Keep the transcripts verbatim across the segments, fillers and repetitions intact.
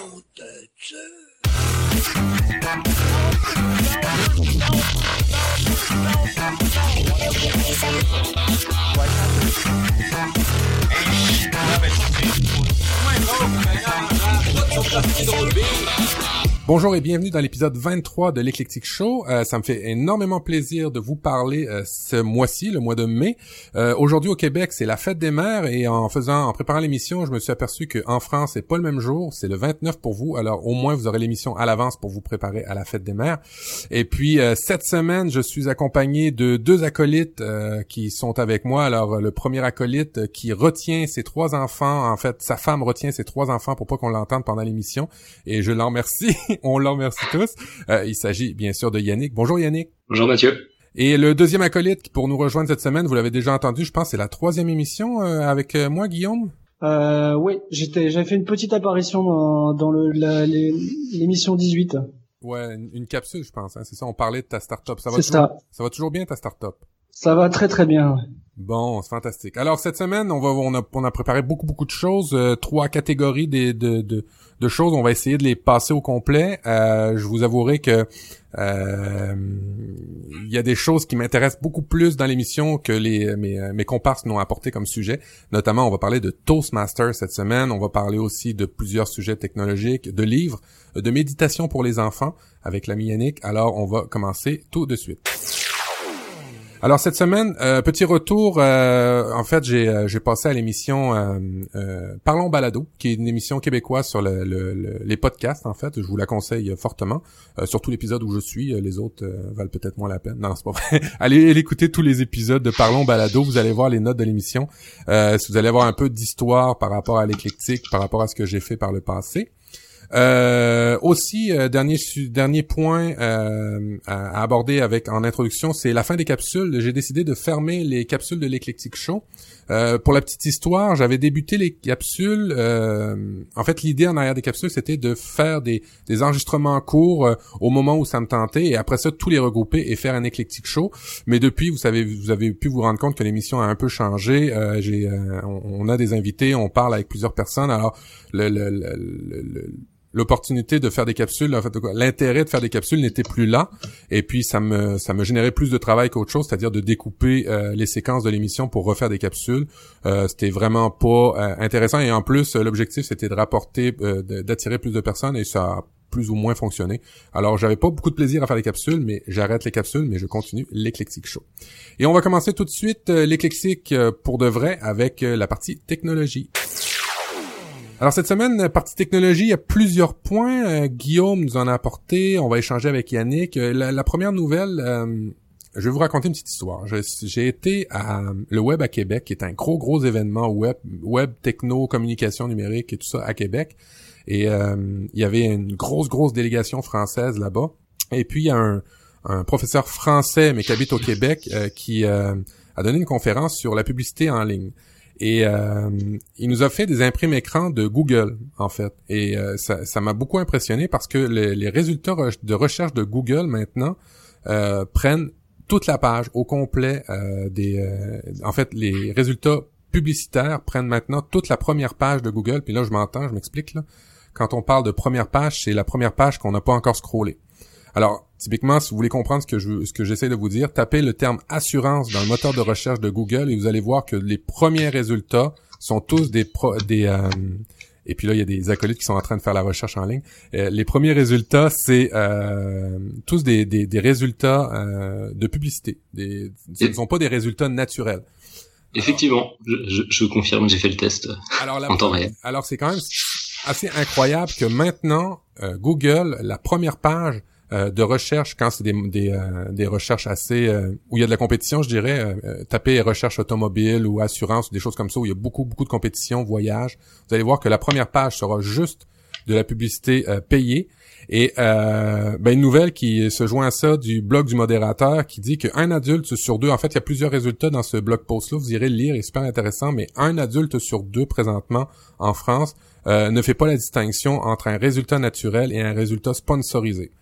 de Dieu. Bonjour et bienvenue dans l'épisode vingt-trois de l'Eclectic Show. Euh, ça me fait énormément plaisir de vous parler euh, ce mois-ci, le mois de mai. Euh, aujourd'hui au Québec, c'est la fête des mères et en faisant, en préparant l'émission, je me suis aperçu qu'en France, c'est pas le même jour, c'est le vingt-neuf pour vous. Alors au moins, vous aurez l'émission à l'avance pour vous préparer à la fête des mères. Et puis euh, cette semaine, je suis accompagné de deux acolytes euh, qui sont avec moi. Alors le premier acolyte euh, qui retient ses trois enfants, en fait, sa femme retient ses trois enfants pour pas qu'on l'entende pendant l'émission. Et je l'en remercie. On l'en remercie tous. Euh, il s'agit bien sûr de Yannick. Bonjour Yannick. Bonjour Mathieu. Et le deuxième acolyte pour nous rejoindre cette semaine, vous l'avez déjà entendu, je pense, c'est la troisième émission euh, avec euh, moi, Guillaume. Euh, oui, j'étais, j'avais fait une petite apparition dans, dans le, la, les, l'émission dix-huit. Ouais, une, une capsule, je pense. Hein, c'est ça. On parlait de ta start-up. Ça va c'est toujours, ça. Ça va toujours bien ta start-up. Ça va très très bien. Bon, c'est fantastique. Alors cette semaine, on va, on a, on a préparé beaucoup beaucoup de choses, euh, trois catégories de, de, de, de choses. On va essayer de les passer au complet. Euh, je vous avouerai que euh, il y a des choses qui m'intéressent beaucoup plus dans l'émission que les mes, mes comparses n'ont apporté comme sujet. Notamment, on va parler de Toastmasters cette semaine. On va parler aussi de plusieurs sujets technologiques, de livres, de méditation pour les enfants avec l'ami Yannick. Alors, on va commencer tout de suite. Alors cette semaine, euh, petit retour. Euh, en fait, j'ai euh, j'ai passé à l'émission euh, euh, Parlons Balado, qui est une émission québécoise sur le, le, le, les podcasts. En fait, je vous la conseille fortement. Euh, surtout l'épisode où je suis. Les autres euh, valent peut-être moins la peine. Non, c'est pas vrai. Allez, allez écouter tous les épisodes de Parlons Balado. Vous allez voir les notes de l'émission. Euh, si vous allez avoir un peu d'histoire par rapport à l'éclectique, par rapport à ce que j'ai fait par le passé. Euh, aussi, euh, dernier dernier point euh, à, à aborder avec en introduction, c'est la fin des capsules. J'ai décidé de fermer les capsules de l'Eclectic Show. Euh, pour la petite histoire, j'avais débuté les capsules. Euh, en fait, l'idée en arrière des capsules, c'était de faire des, des enregistrements courts euh, au moment où ça me tentait, et après ça, tous les regrouper et faire un Eclectic Show. Mais depuis, vous savez, vous avez pu vous rendre compte que l'émission a un peu changé. Euh, j'ai, euh, on, on a des invités, on parle avec plusieurs personnes. Alors, le, le, le, le, le l'opportunité de faire des capsules, en fait, l'intérêt de faire des capsules n'était plus là, et puis ça me ça me générait plus de travail qu'autre chose, c'est-à-dire de découper euh, les séquences de l'émission pour refaire des capsules. Euh, c'était vraiment pas euh, intéressant, et en plus l'objectif c'était de rapporter, euh, d'attirer plus de personnes, et ça a plus ou moins fonctionné. Alors j'avais pas beaucoup de plaisir à faire des capsules, mais j'arrête les capsules, mais je continue l'Eclectic Show. Et on va commencer tout de suite euh, l'Eclectic euh, pour de vrai avec euh, la partie technologie. Alors cette semaine, partie technologie, il y a plusieurs points. Euh, Guillaume nous en a apporté. On va échanger avec Yannick. Euh, la, la première nouvelle, euh, je vais vous raconter une petite histoire. Je, j'ai été à le Web à Québec, qui est un gros gros événement web, web techno, communication numérique et tout ça à Québec. Et euh, il y avait une grosse grosse délégation française là-bas. Et puis il y a un, un professeur français mais qui habite au Québec euh, qui euh, a donné une conférence sur la publicité en ligne. Et euh, il nous a fait des imprimes écrans de Google, en fait. Et euh, ça, ça m'a beaucoup impressionné parce que les, les résultats de recherche de Google, maintenant, euh, prennent toute la page au complet. Euh, des, euh, en fait, les résultats publicitaires prennent maintenant toute la première page de Google. Puis là, je m'entends, je m'explique, là. Quand on parle de première page, c'est la première page qu'on n'a pas encore scrollée. Alors, typiquement, si vous voulez comprendre ce que je, ce que j'essaie de vous dire, tapez le terme assurance dans le moteur de recherche de Google et vous allez voir que les premiers résultats sont tous des pro, des euh, et puis là il y a des acolytes qui sont en train de faire la recherche en ligne. Euh, les premiers résultats, c'est euh, tous des des, des résultats euh, de publicité. Des, ce ne sont pas des résultats naturels. Effectivement, alors, je, je, je confirme, j'ai fait le test alors la, en temps réel. Alors c'est quand même assez incroyable que maintenant euh, Google, la première page Euh, de recherche, quand c'est des des, euh, des recherches assez euh, où il y a de la compétition, je dirais, euh, taper recherche automobile ou assurance, des choses comme ça où il y a beaucoup beaucoup de compétition, voyage, vous allez voir que la première page sera juste de la publicité euh, payée. Et euh, ben une nouvelle qui se joint à ça du blog du modérateur qui dit qu'un adulte sur deux, en fait il y a plusieurs résultats dans ce blog post là, vous irez le lire, il est super intéressant, mais un adulte sur deux présentement en France euh, ne fait pas la distinction entre un résultat naturel et un résultat sponsorisé.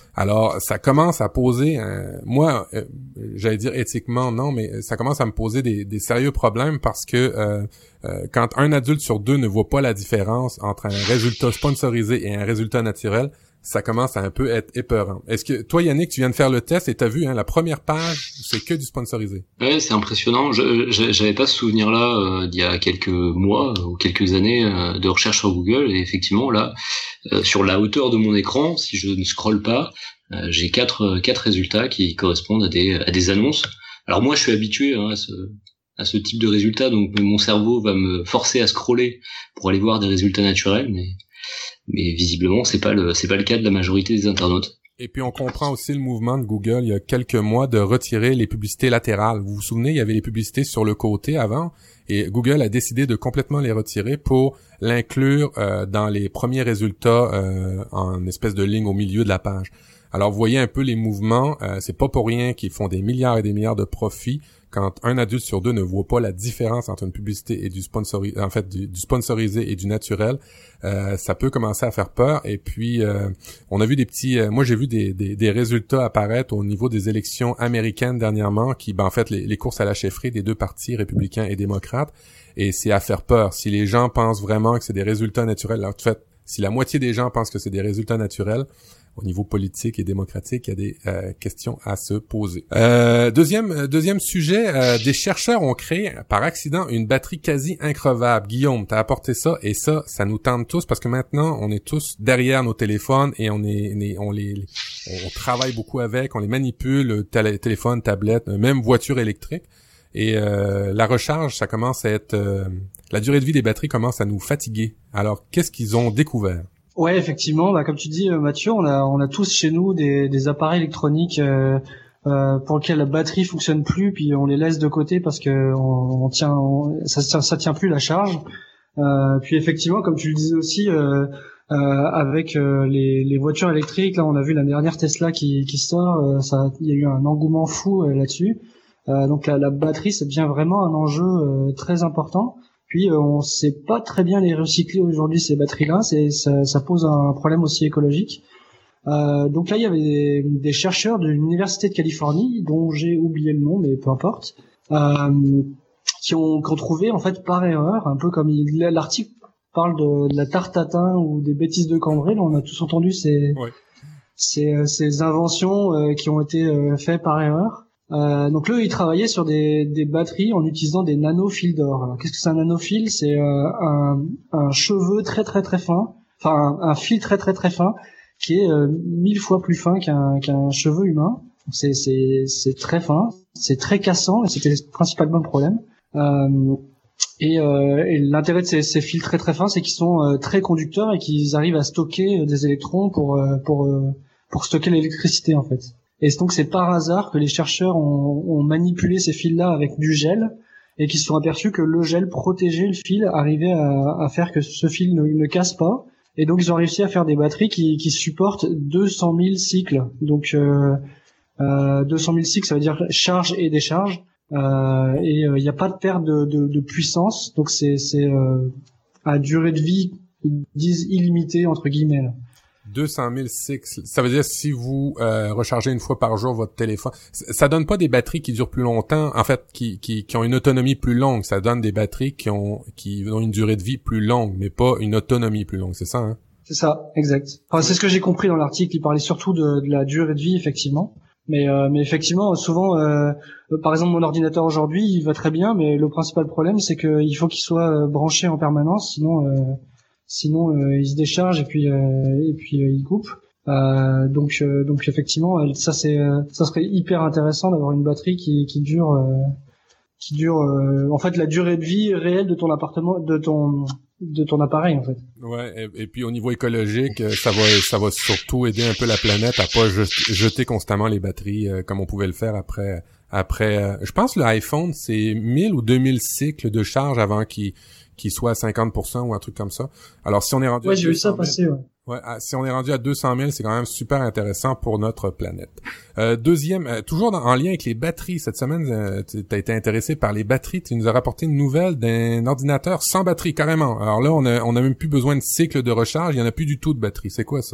Alors, ça commence à poser, euh, moi, euh, j'allais dire éthiquement non, mais ça commence à me poser des, des sérieux problèmes parce que euh, euh, quand un adulte sur deux ne voit pas la différence entre un résultat sponsorisé et un résultat naturel, ça commence à un peu être épeurant. Est-ce que toi, Yannick, tu viens de faire le test et t'as vu, hein, la première page, c'est que du sponsorisé. Ouais, c'est impressionnant. Je, je j'avais pas ce souvenir-là euh, d'il y a quelques mois ou quelques années euh, de recherche sur Google. Et effectivement, là, euh, sur la hauteur de mon écran, si je ne scrolle pas, euh, j'ai quatre quatre résultats qui correspondent à des à des annonces. Alors moi, je suis habitué hein, à ce à ce type de résultats, donc mon cerveau va me forcer à scroller pour aller voir des résultats naturels, mais mais visiblement c'est pas le c'est pas le cas de la majorité des internautes. Et puis on comprend aussi le mouvement de Google il y a quelques mois de retirer les publicités latérales. Vous vous souvenez, il y avait les publicités sur le côté avant et Google a décidé de complètement les retirer pour l'inclure euh, dans les premiers résultats euh, en espèce de ligne au milieu de la page. Alors vous voyez un peu les mouvements, euh, c'est pas pour rien qu'ils font des milliards et des milliards de profits quand un adulte sur deux ne voit pas la différence entre une publicité et du sponsorisé, en fait du, du sponsorisé et du naturel, euh, ça peut commencer à faire peur. Et puis euh, on a vu des petits, euh, moi j'ai vu des, des, des résultats apparaître au niveau des élections américaines dernièrement, qui ben en fait les, les courses à la chefferie des deux partis républicains et démocrates, et c'est à faire peur. Si les gens pensent vraiment que c'est des résultats naturels, en fait, si la moitié des gens pensent que c'est des résultats naturels, au niveau politique et démocratique, il y a des euh, questions à se poser. Euh, deuxième deuxième sujet, euh, des chercheurs ont créé par accident une batterie quasi increvable. Guillaume, t'as apporté ça et ça, ça nous tente tous parce que maintenant on est tous derrière nos téléphones et on est, on, est, on les, on travaille beaucoup avec, on les manipule, télé, téléphone, tablette, même voiture électrique. Et euh, la recharge, ça commence à être, euh, la durée de vie des batteries commence à nous fatiguer. Alors, qu'est-ce qu'ils ont découvert? Ouais, effectivement, bah, comme tu dis, Mathieu, on a on a tous chez nous des, des appareils électroniques euh, euh, pour lesquels la batterie fonctionne plus, puis on les laisse de côté parce que on, on tient, on, ça, ça ça tient plus la charge. Euh, puis effectivement, comme tu le disais aussi, euh, euh, avec euh, les, les voitures électriques, là, on a vu la dernière Tesla qui qui sort, euh, ça, il y a eu un engouement fou euh, là-dessus. Euh, donc la, la batterie, ça devient vraiment un enjeu euh, très important. Puis euh, on sait pas très bien les recycler aujourd'hui, ces batteries-là, c'est ça, ça pose un problème aussi écologique. Euh, donc là, il y avait des, des chercheurs de l'université de Californie, dont j'ai oublié le nom, mais peu importe, euh, qui ont, qui ont trouvé en fait par erreur, un peu comme il, l'article parle de, de la tarte tatin ou des bêtises de Cambrai. Là, on a tous entendu ces ouais. ces, ces inventions euh, qui ont été euh, faites par erreur. Euh, donc là, ils travaillaient sur des, des batteries en utilisant des nanofils d'or. Alors, qu'est-ce que c'est un nanofil? C'est euh, un, un cheveu très très très fin, enfin un, un fil très très très fin qui est euh, mille fois plus fin qu'un, qu'un cheveu humain. Donc, c'est, c'est, c'est très fin, c'est très cassant et c'était principalement le problème. Euh, et, euh, et l'intérêt de ces, ces fils très très fins, c'est qu'ils sont euh, très conducteurs et qu'ils arrivent à stocker des électrons pour euh, pour euh, pour stocker l'électricité en fait. Et donc c'est par hasard que les chercheurs ont, ont manipulé ces fils-là avec du gel et qu'ils se sont aperçus que le gel protégeait le fil, arrivait à, à faire que ce fil ne, ne casse pas. Et donc ils ont réussi à faire des batteries qui, qui supportent deux cent mille cycles. Donc euh, euh, deux cent mille cycles, ça veut dire charge et décharge. Euh, et il euh, n'y a pas de perte de, de, de puissance. Donc c'est, c'est euh, à durée de vie, ils disent illimitée entre guillemets. Là. deux cent mille cycles, ça veut dire si vous euh, rechargez une fois par jour votre téléphone, ça donne pas des batteries qui durent plus longtemps, en fait, qui qui qui ont une autonomie plus longue, ça donne des batteries qui ont qui ont une durée de vie plus longue, mais pas une autonomie plus longue, c'est ça, hein? C'est ça, exact. Enfin, c'est ce que j'ai compris dans l'article, il parlait surtout de, de la durée de vie, effectivement. Mais euh, mais effectivement, souvent, euh, par exemple, mon ordinateur aujourd'hui, il va très bien, mais le principal problème, c'est qu'il faut qu'il soit branché en permanence, sinon euh, Sinon, euh, il se décharge et puis euh, et puis euh, il coupe. Euh, donc euh, donc effectivement, ça c'est euh, ça serait hyper intéressant d'avoir une batterie qui qui dure euh, qui dure euh, en fait la durée de vie réelle de ton appartement, de ton de ton appareil en fait. Ouais, et, et puis au niveau écologique, ça va ça va surtout aider un peu la planète à pas juste jeter constamment les batteries euh, comme on pouvait le faire après après. Euh, je pense que l'iPhone c'est mille ou deux mille cycles de charge avant qu'il qui soit à cinquante pour cent ou un truc comme ça. Alors, si on est rendu ouais, à j'ai vu ça passer, ouais. Ouais, si on est rendu à deux cent mille, c'est quand même super intéressant pour notre planète. Euh, deuxième, euh, toujours dans, en lien avec les batteries, cette semaine, euh, tu as été intéressé par les batteries. Tu nous as rapporté une nouvelle d'un ordinateur sans batterie, carrément. Alors là, on a, on a même plus besoin de cycle de recharge. Il y en a plus du tout de batterie. C'est quoi ça?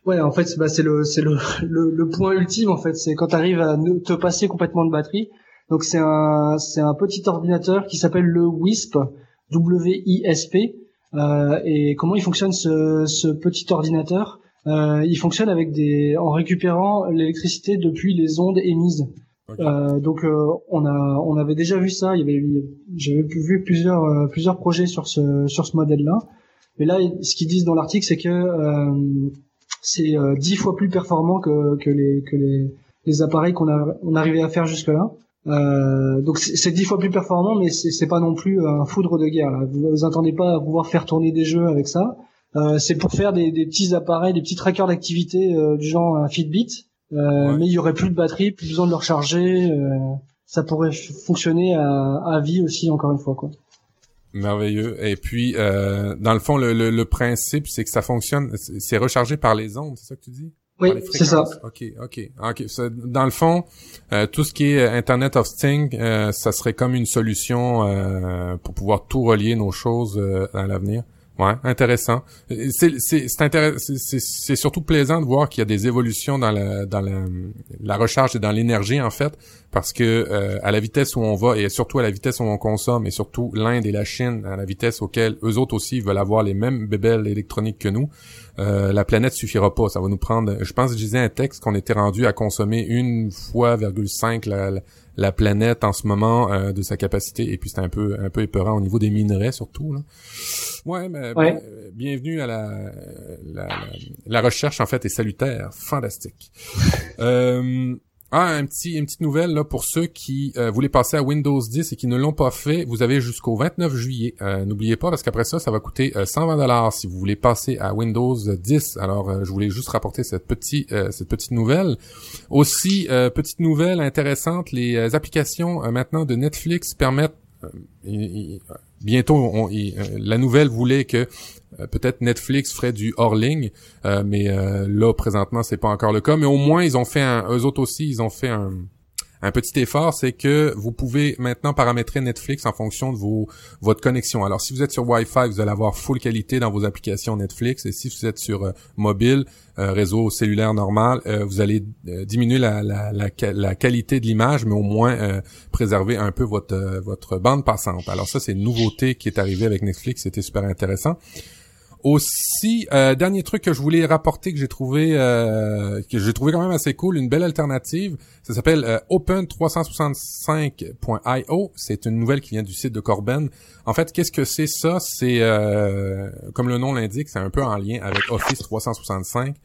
Ouais, en fait, bah, c'est le c'est le, le le point ultime en fait, c'est quand tu arrives à ne, te passer complètement de batterie. Donc c'est un c'est un petit ordinateur qui s'appelle le Wisp, W I S P. Euh, et comment il fonctionne ce ce petit ordinateur? Euh, il fonctionne avec des en récupérant l'électricité depuis les ondes émises. Okay. Euh, donc euh, on a on avait déjà vu ça. Il y avait j'avais vu plusieurs euh, plusieurs projets sur ce sur ce modèle-là. Mais là, ce qu'ils disent dans l'article, c'est que euh, c'est euh, dix fois plus performant que, que les que les, les appareils qu'on a on arrivait à faire jusque-là. Euh, donc c'est, c'est dix fois plus performant, mais c'est, c'est pas non plus un foudre de guerre. Là. Vous, vous attendez pas à pouvoir faire tourner des jeux avec ça. Euh, c'est pour faire des, des petits appareils, des petits trackers d'activité euh, du genre un Fitbit. Euh, ouais. Mais il y aurait plus de batterie, plus besoin de le recharger. Euh, ça pourrait f- fonctionner à, à vie aussi, encore une fois, quoi. Merveilleux. Et puis, euh, dans le fond, le, le, le principe, c'est que ça fonctionne, c'est rechargé par les ondes, c'est ça que tu dis? Oui, c'est ça. OK, OK. OK. Dans le fond, euh, tout ce qui est Internet of Things, euh, ça serait comme une solution euh, pour pouvoir tout relier nos choses euh, à l'avenir. Ouais, intéressant. C'est c'est c'est, intéress- c'est c'est c'est surtout plaisant de voir qu'il y a des évolutions dans la dans la la recharge et dans l'énergie en fait, parce que euh, à la vitesse où on va et surtout à la vitesse où on consomme et surtout l'Inde et la Chine à la vitesse auquel eux autres aussi veulent avoir les mêmes bébelles électroniques que nous, euh, la planète suffira pas. Ça va nous prendre. Je pense que je disais un texte qu'on était rendu à consommer une fois virgule cinq la, la la planète en ce moment euh, de sa capacité, et puis c'est un peu un peu épeurant au niveau des minerais surtout là. Ouais, mais ouais. Bien, bienvenue à la, la la la recherche en fait est salutaire, fantastique. euh, Ah, un petit, une petite nouvelle là pour ceux qui euh, voulaient passer à Windows dix et qui ne l'ont pas fait. Vous avez jusqu'au vingt-neuf juillet. Euh, n'oubliez pas, parce qu'après ça, ça va coûter euh, cent vingt dollars si vous voulez passer à Windows dix. Alors, euh, je voulais juste rapporter cette petite, euh, cette petite nouvelle. Aussi, euh, petite nouvelle intéressante, les euh, applications euh, maintenant de Netflix permettent. Euh, y, y, bientôt, on, y, euh, la nouvelle voulait que Euh, peut-être Netflix ferait du hors-ligne, euh, mais euh, là présentement c'est pas encore le cas. Mais au moins ils ont fait un, eux autres aussi ils ont fait un, un petit effort, c'est que vous pouvez maintenant paramétrer Netflix en fonction de vos votre connexion. Alors si vous êtes sur Wi-Fi, vous allez avoir full qualité dans vos applications Netflix, et si vous êtes sur euh, mobile, euh, réseau cellulaire normal, euh, vous allez euh, diminuer la, la la la qualité de l'image, mais au moins euh, préserver un peu votre euh, votre bande passante. Alors ça c'est une nouveauté qui est arrivée avec Netflix, c'était super intéressant. Aussi, euh, dernier truc que je voulais rapporter que j'ai trouvé euh, que j'ai trouvé quand même assez cool, une belle alternative, ça s'appelle euh, Open trois cent soixante-cinq point i o. C'est une nouvelle qui vient du site de Corben. En fait, qu'est-ce que c'est ça? C'est euh, comme le nom l'indique, c'est un peu en lien avec Office trois cent soixante-cinq.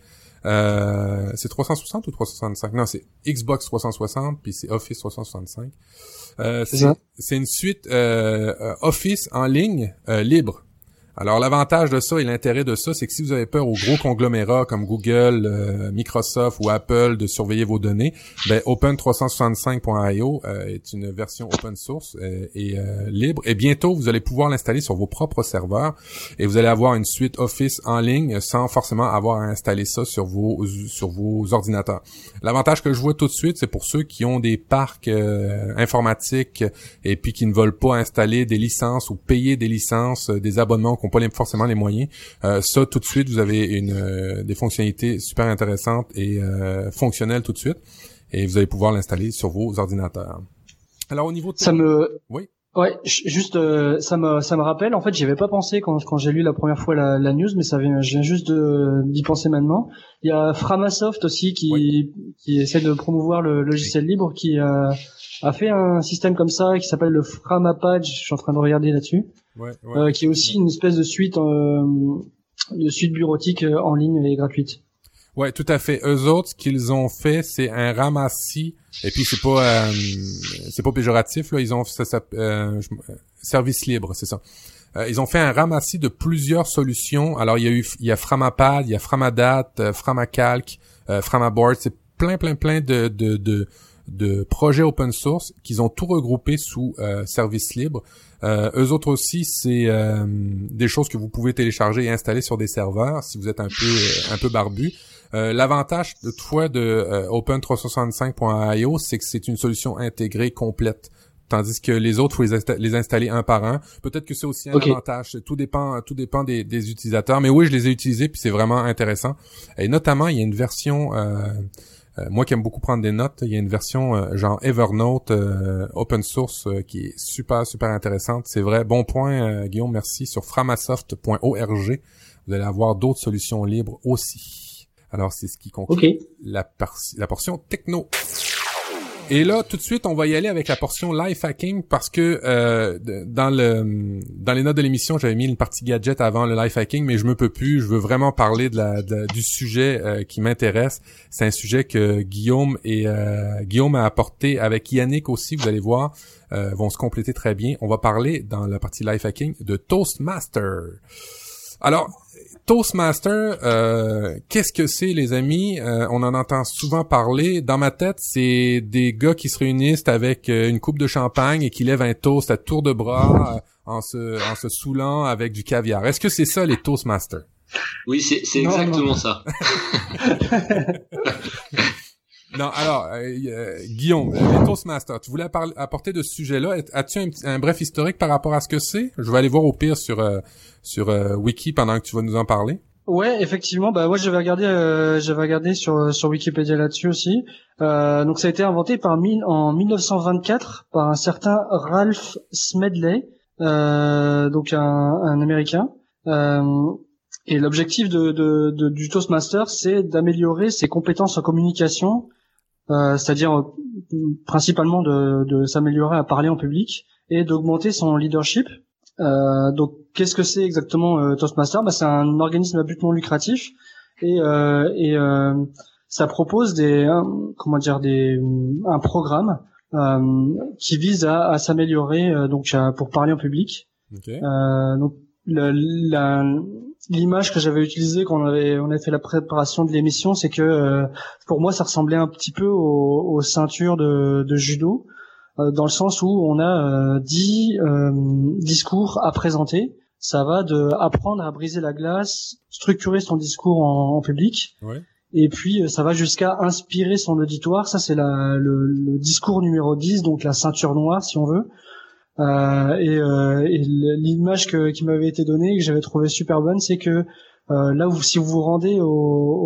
Euh, c'est trois cent soixante ou trois cent soixante-cinq? Non, c'est Xbox trois cent soixante puis c'est Office trois cent soixante-cinq. Euh, c'est, c'est, c'est une suite euh, Office en ligne euh, libre. Alors, l'avantage de ça et l'intérêt de ça, c'est que si vous avez peur aux gros conglomérats comme Google, euh, Microsoft ou Apple de surveiller vos données, ben Open trois cent soixante-cinq point i o euh, est une version open source euh, et euh, libre. Et bientôt, vous allez pouvoir l'installer sur vos propres serveurs et vous allez avoir une suite Office en ligne sans forcément avoir à installer ça sur vos sur vos ordinateurs. L'avantage que je vois tout de suite, c'est pour ceux qui ont des parcs euh, informatiques et puis qui ne veulent pas installer des licences ou payer des licences, euh, des abonnements qu'on pas les, forcément les moyens. Euh, ça, tout de suite, vous avez une euh, des fonctionnalités super intéressantes et euh, fonctionnelles tout de suite, et vous allez pouvoir l'installer sur vos ordinateurs. Alors, au niveau de... Ça me... Oui. Ouais, juste, euh, ça me ça me rappelle. En fait, j'y avais pas pensé quand quand j'ai lu la première fois la, la news, mais ça vient, je viens juste de, d'y penser maintenant. Il y a Framasoft aussi qui oui. qui essaie de promouvoir le logiciel oui. libre, qui a a fait un système comme ça qui s'appelle le Framapad. Je suis en train de regarder là-dessus. Ouais, ouais, euh, qui est aussi une espèce de suite euh, de suite bureautique euh, en ligne et gratuite. Ouais, tout à fait. Eux autres, ce qu'ils ont fait, c'est un ramassis. Et puis c'est pas euh, c'est pas péjoratif là. Ils ont ça, ça euh, service libre, c'est ça. Euh, ils ont fait un ramassis de plusieurs solutions. Alors il y a eu il y a Framapad, il y a Framadat, euh, Framacalc, euh, Framaboard. C'est plein plein plein de de de de projets open source qu'ils ont tout regroupé sous euh, service libre. Euh, eux autres aussi, c'est euh, des choses que vous pouvez télécharger et installer sur des serveurs si vous êtes un peu euh, un peu barbu. Euh, l'avantage toutefois de euh, Open trois cent soixante-cinq point i o, c'est que c'est une solution intégrée complète. tandis que les autres, faut les, insta- les installer un par un. Peut-être que c'est aussi un Okay. avantage. Tout dépend, tout dépend des, des utilisateurs. Mais oui, je les ai utilisés puis c'est vraiment intéressant. Et notamment, il y a une version, euh, euh, moi qui aime beaucoup prendre des notes, il y a une version euh, genre Evernote euh, open source euh, qui est super super intéressante. C'est vrai. Bon point, euh, Guillaume. Merci. Sur framasoft point org, vous allez avoir d'autres solutions libres aussi. Alors, c'est ce qui conclut Okay. la, par- la portion techno. Et là, tout de suite, on va y aller avec la portion life hacking parce que euh, dans le dans les notes de l'émission, j'avais mis une partie gadget avant le life hacking, mais je me peux plus. Je veux vraiment parler de la, de, du sujet euh, qui m'intéresse. C'est un sujet que Guillaume et euh, Guillaume a apporté avec Yannick aussi. Vous allez voir, euh, vont se compléter très bien. On va parler dans la partie life hacking de Toastmaster. Alors, Toastmaster, euh, qu'est-ce que c'est, les amis? Euh, on en entend souvent parler. Dans ma tête, c'est des gars qui se réunissent avec euh, une coupe de champagne et qui lèvent un toast à tour de bras euh, en se en se saoulant avec du caviar. Est-ce que c'est ça, les Toastmasters? Oui, c'est, c'est Non, exactement non. ça. Non, alors, euh, euh, Guillaume, les Toastmasters, tu voulais parler, apporter de ce sujet-là. As-tu un, un bref historique par rapport à ce que c'est? Je vais aller voir au pire sur euh, sur euh, Wiki pendant que tu vas nous en parler. Ouais, effectivement. Bah, moi, j'avais regardé, euh, j'avais regardé sur sur Wikipédia là-dessus aussi. Euh, donc, ça a été inventé par mille, en mille neuf cent vingt-quatre par un certain Ralph Smedley, euh, donc un, un Américain. Euh, et l'objectif de, de, de du Toastmaster, c'est d'améliorer ses compétences en communication, euh, c'est-à-dire euh, principalement de, de s'améliorer à parler en public et d'augmenter son leadership. Euh, donc, qu'est-ce que c'est exactement euh, Toastmaster? Bah, c'est un organisme à but non lucratif et, euh, et euh, ça propose des, un, comment dire, des, un programme euh, qui vise à, à s'améliorer euh, donc à, pour parler en public. Okay. Euh, donc, le, la, l'image que j'avais utilisée quand on avait, on avait fait la préparation de l'émission, c'est que euh, pour moi, ça ressemblait un petit peu aux, aux ceintures de, de judo. Dans le sens où on a euh, dix euh, discours à présenter. Ça va de apprendre à briser la glace, structurer son discours en, en public, ouais. Et puis euh, ça va jusqu'à inspirer son auditoire. Ça, c'est la, le, le discours numéro dix, donc la ceinture noire, si on veut. Euh, et, euh, et l'image que, qui m'avait été donnée, que j'avais trouvé super bonne, c'est que euh, là, où, si vous vous rendez au,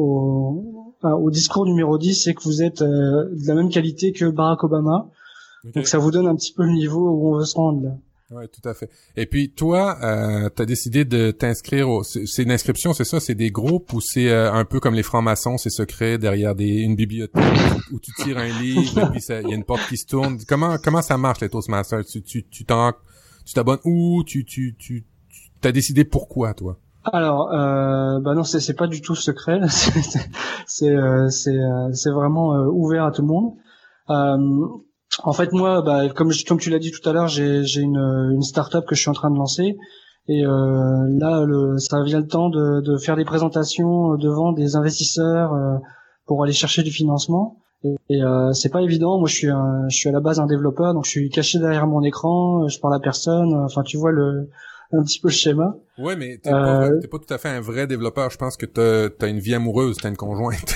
au, au discours numéro dix, c'est que vous êtes euh, de la même qualité que Barack Obama. Okay. Donc ça vous donne un petit peu le niveau où on veut se rendre là. Ouais, tout à fait. Et puis toi, euh, t'as décidé de t'inscrire au... C'est, c'est une inscription, c'est ça? C'est des groupes ou c'est euh, un peu comme les francs-maçons, c'est secret derrière des une bibliothèque où tu tires un livre et puis il y a une porte qui se tourne. Comment comment ça marche les Toastmasters? Tu tu tu t'en tu t'abonnes où? Tu tu tu t'as décidé pourquoi toi? Alors, euh, bah non, c'est c'est pas du tout secret. c'est c'est euh, c'est, euh, c'est vraiment euh, ouvert à tout le monde. Euh, En fait, moi, bah, comme je, comme tu l'as dit tout à l'heure, j'ai, j'ai une, une start-up que je suis en train de lancer, et euh, là, le, ça vient le temps de, de faire des présentations devant des investisseurs euh, pour aller chercher du financement. Et, et euh, c'est pas évident. Moi, je suis, un, je suis à la base un développeur, donc je suis caché derrière mon écran, je parle à personne. Enfin, tu vois le, un petit peu le schéma. Ouais, mais t'es, euh, pas, vrai, t'es pas tout à fait un vrai développeur. Je pense que t'as, t'as une vie amoureuse, t'as une conjointe.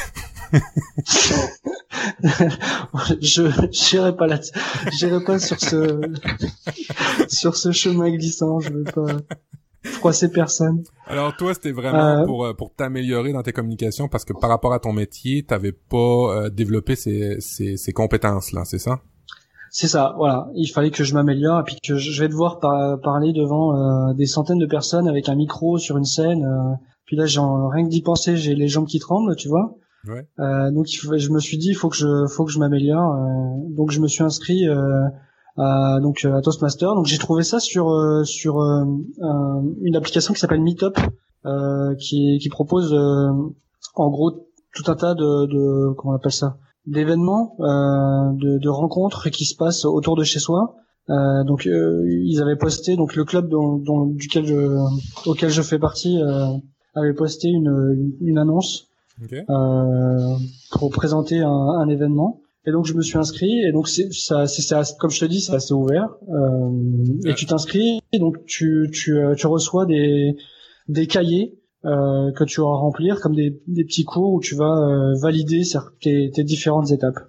je j'irai pas là j'irai pas sur ce sur ce chemin glissant, je veux pas froisser personne. Alors toi, c'était vraiment euh, pour pour t'améliorer dans tes communications parce que par rapport à ton métier, t'avais pas euh, développé ces ces ces compétences là, c'est ça? C'est ça, voilà, il fallait que je m'améliore et puis que je vais devoir par, parler devant euh, des centaines de personnes avec un micro sur une scène, euh, puis là j'ai rien que d'y penser, j'ai les jambes qui tremblent, tu vois. Ouais. Euh, donc je me suis dit il faut que je faut que je m'améliore, euh, donc je me suis inscrit euh, à donc à Toastmaster. Donc j'ai trouvé ça sur euh, sur euh, un, une application qui s'appelle Meetup, euh, qui qui propose euh, en gros tout un tas de, de comment on appelle ça d'événements, euh, de, de rencontres qui se passent autour de chez soi. Euh, donc euh, ils avaient posté, donc le club dont, dont duquel je auquel je fais partie euh, avait posté une une, une annonce. Okay. Euh, pour présenter un, un événement, et donc je me suis inscrit, et donc c'est ça c'est ça comme je te dis, c'est assez ouvert, euh, et tu t'inscris, et donc tu tu tu reçois des des cahiers euh, que tu auras à remplir comme des des petits cours où tu vas euh, valider tes, tes différentes étapes.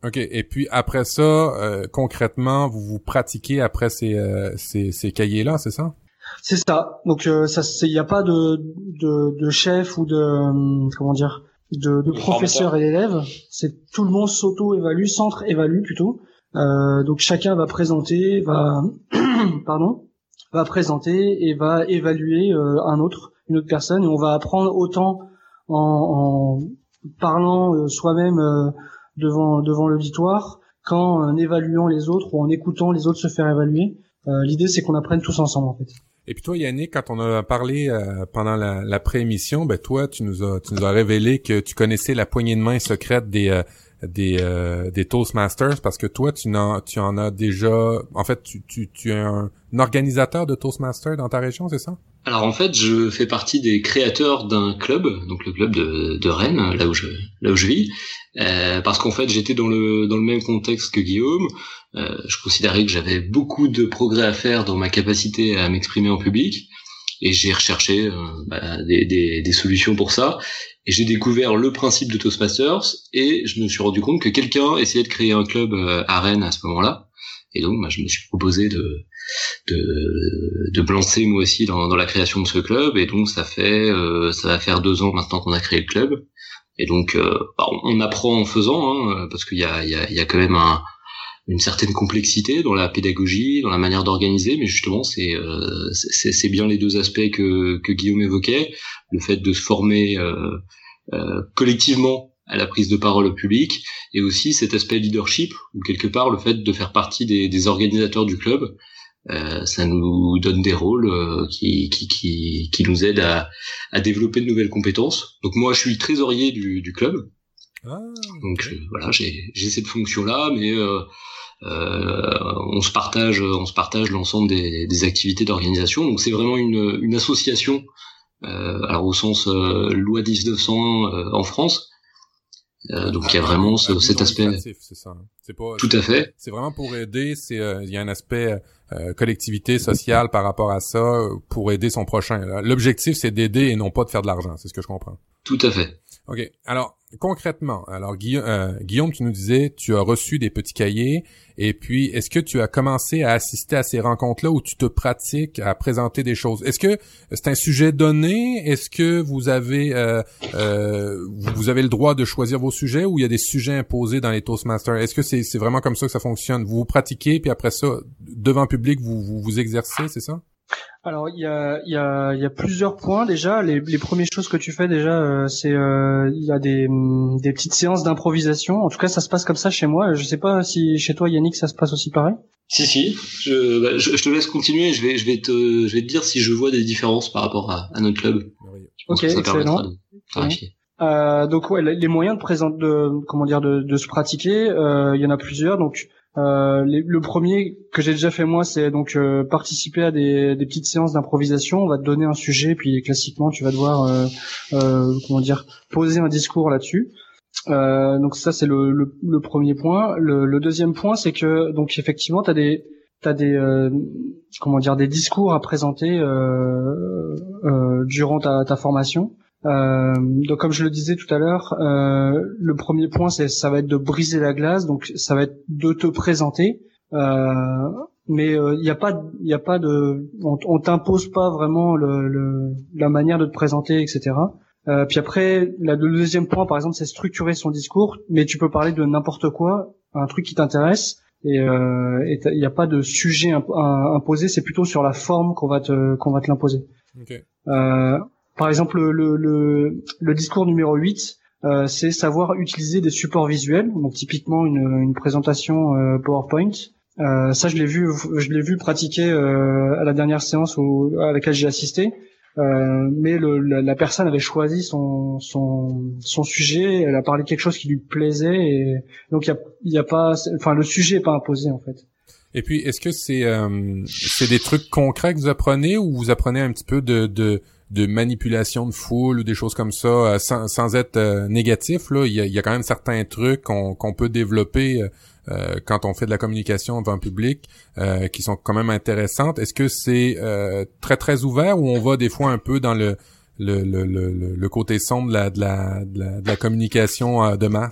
OK. Et puis après ça, euh, concrètement, vous vous pratiquez après ces, euh, ces, ces cahiers-là, c'est ça? C'est ça. Donc euh, ça, il n'y a pas de, de, de chef ou de euh, comment dire, de, de professeur et d'élève. C'est tout le monde s'auto-évalue, s'entre-évalue plutôt. Euh, donc chacun va présenter, va pardon, va présenter et va évaluer euh, un autre, une autre personne, et on va apprendre autant en, en parlant euh, soi-même euh, devant devant l'auditoire qu'en évaluant les autres ou en écoutant les autres se faire évaluer. Euh, l'idée c'est qu'on apprenne tous ensemble en fait. Et puis toi, Yannick, quand on a parlé euh, pendant la, la pré-émission, ben toi, tu nous as tu nous as révélé que tu connaissais la poignée de main secrète des euh, des euh, des Toastmasters, parce que toi, tu en tu en as déjà. En fait, tu tu tu es un, un organisateur de Toastmasters dans ta région, c'est ça? Alors en fait, je fais partie des créateurs d'un club, donc le club de, de Rennes, là où je là où je vis, euh, parce qu'en fait j'étais dans le dans le même contexte que Guillaume. Euh, je considérais que j'avais beaucoup de progrès à faire dans ma capacité à m'exprimer en public, et j'ai recherché euh, bah, des, des des solutions pour ça. Et j'ai découvert le principe de Toastmasters, et je me suis rendu compte que quelqu'un essayait de créer un club à Rennes à ce moment-là. Et donc, bah, je me suis proposé de de de me lancer moi aussi dans, dans la création de ce club. Et donc, ça fait euh, ça va faire deux ans maintenant qu'on a créé le club. Et donc, euh, bah, on, on apprend en faisant, hein, parce qu'il y a il y a il y a quand même un une certaine complexité dans la pédagogie, dans la manière d'organiser, mais justement c'est euh, c'est, c'est bien les deux aspects que que Guillaume évoquait, le fait de se former euh, euh, collectivement à la prise de parole au public, et aussi cet aspect leadership, où quelque part le fait de faire partie des, des organisateurs du club, euh, ça nous donne des rôles euh, qui, qui qui qui nous aident à à développer de nouvelles compétences. Donc moi je suis trésorier du du club. Ah, donc okay. je, voilà, j'ai j'ai cette fonction là, mais euh, euh, on se partage on se partage l'ensemble des, des activités d'organisation. Donc c'est vraiment une une association, euh, alors au sens euh, loi dix-neuf cent un euh, en France. Euh, donc il y a vraiment ce, cet aspect. C'est ça. C'est pas. Tout à fait. C'est vraiment pour aider. C'est il euh, y a un aspect euh, collectivité sociale par rapport à ça, pour aider son prochain. L'objectif c'est d'aider et non pas de faire de l'argent. C'est ce que je comprends. Tout à fait. OK. Alors, concrètement, alors Guillaume, euh, Guillaume, tu nous disais, tu as reçu des petits cahiers, et puis est-ce que tu as commencé à assister à ces rencontres-là où tu te pratiques à présenter des choses? Est-ce que c'est un sujet donné? Est-ce que vous avez euh, euh, vous avez le droit de choisir vos sujets, ou il y a des sujets imposés dans les Toastmasters? Est-ce que c'est c'est vraiment comme ça que ça fonctionne? Vous vous pratiquez, puis après ça, devant public, vous vous, vous exercez, c'est ça? Alors il y a il y a il y a plusieurs points déjà. Les les premières choses que tu fais déjà, euh, c'est euh, il y a des des petites séances d'improvisation. En tout cas, ça se passe comme ça chez moi. Je sais pas si chez toi, Yannick, ça se passe aussi pareil. Si si. Je bah, je, je te laisse continuer. Je vais je vais te je vais te dire si je vois des différences par rapport à, à notre club. Je pense ok, que ça excellent. permettra de clarifier. Euh, donc ouais, les moyens de présenter, de comment dire, de, de se pratiquer, euh, il y en a plusieurs. Donc Euh, les, le premier que j'ai déjà fait moi, c'est donc euh, participer à des, des petites séances d'improvisation. On va te donner un sujet, puis classiquement tu vas devoir euh, euh, comment dire poser un discours là-dessus. Euh, donc ça c'est le, le, le premier point. Le, le deuxième point, c'est que donc effectivement t'as des t'as des euh, comment dire des discours à présenter euh, euh, durant ta, ta formation. Euh, donc comme je le disais tout à l'heure, euh, le premier point c'est ça va être de briser la glace, donc ça va être de te présenter, euh, mais il euh, y a pas il y a pas de on, on t'impose pas vraiment le, le la manière de te présenter, et cetera. Euh, puis après la, le deuxième point par exemple c'est structurer son discours, mais tu peux parler de n'importe quoi, un truc qui t'intéresse, et euh, il y a pas de sujet imp, imposé, c'est plutôt sur la forme qu'on va te qu'on va te l'imposer. Okay. Euh, Par exemple, le, le, le discours numéro huit, euh, c'est savoir utiliser des supports visuels, donc typiquement une, une présentation euh, PowerPoint. Euh, ça, je l'ai vu, je l'ai vu pratiquer euh, à la dernière séance où, à laquelle j'ai assisté. Euh, mais le, la, la personne avait choisi son, son, son sujet, elle a parlé de quelque chose qui lui plaisait, et donc il y a, y a pas, enfin le sujet est pas imposé en fait. Et puis, est-ce que c'est euh, c'est des trucs concrets que vous apprenez, ou vous apprenez un petit peu de de de manipulation de foule ou des choses comme ça, euh, sans, sans être euh, négatif, là, il y a, il y a quand même certains trucs qu'on, qu'on peut développer euh, quand on fait de la communication devant le public, euh, qui sont quand même intéressantes. Est-ce que c'est euh, très très ouvert, ou on va des fois un peu dans le le le le, le côté sombre de la de la de la, de la communication euh, de masse?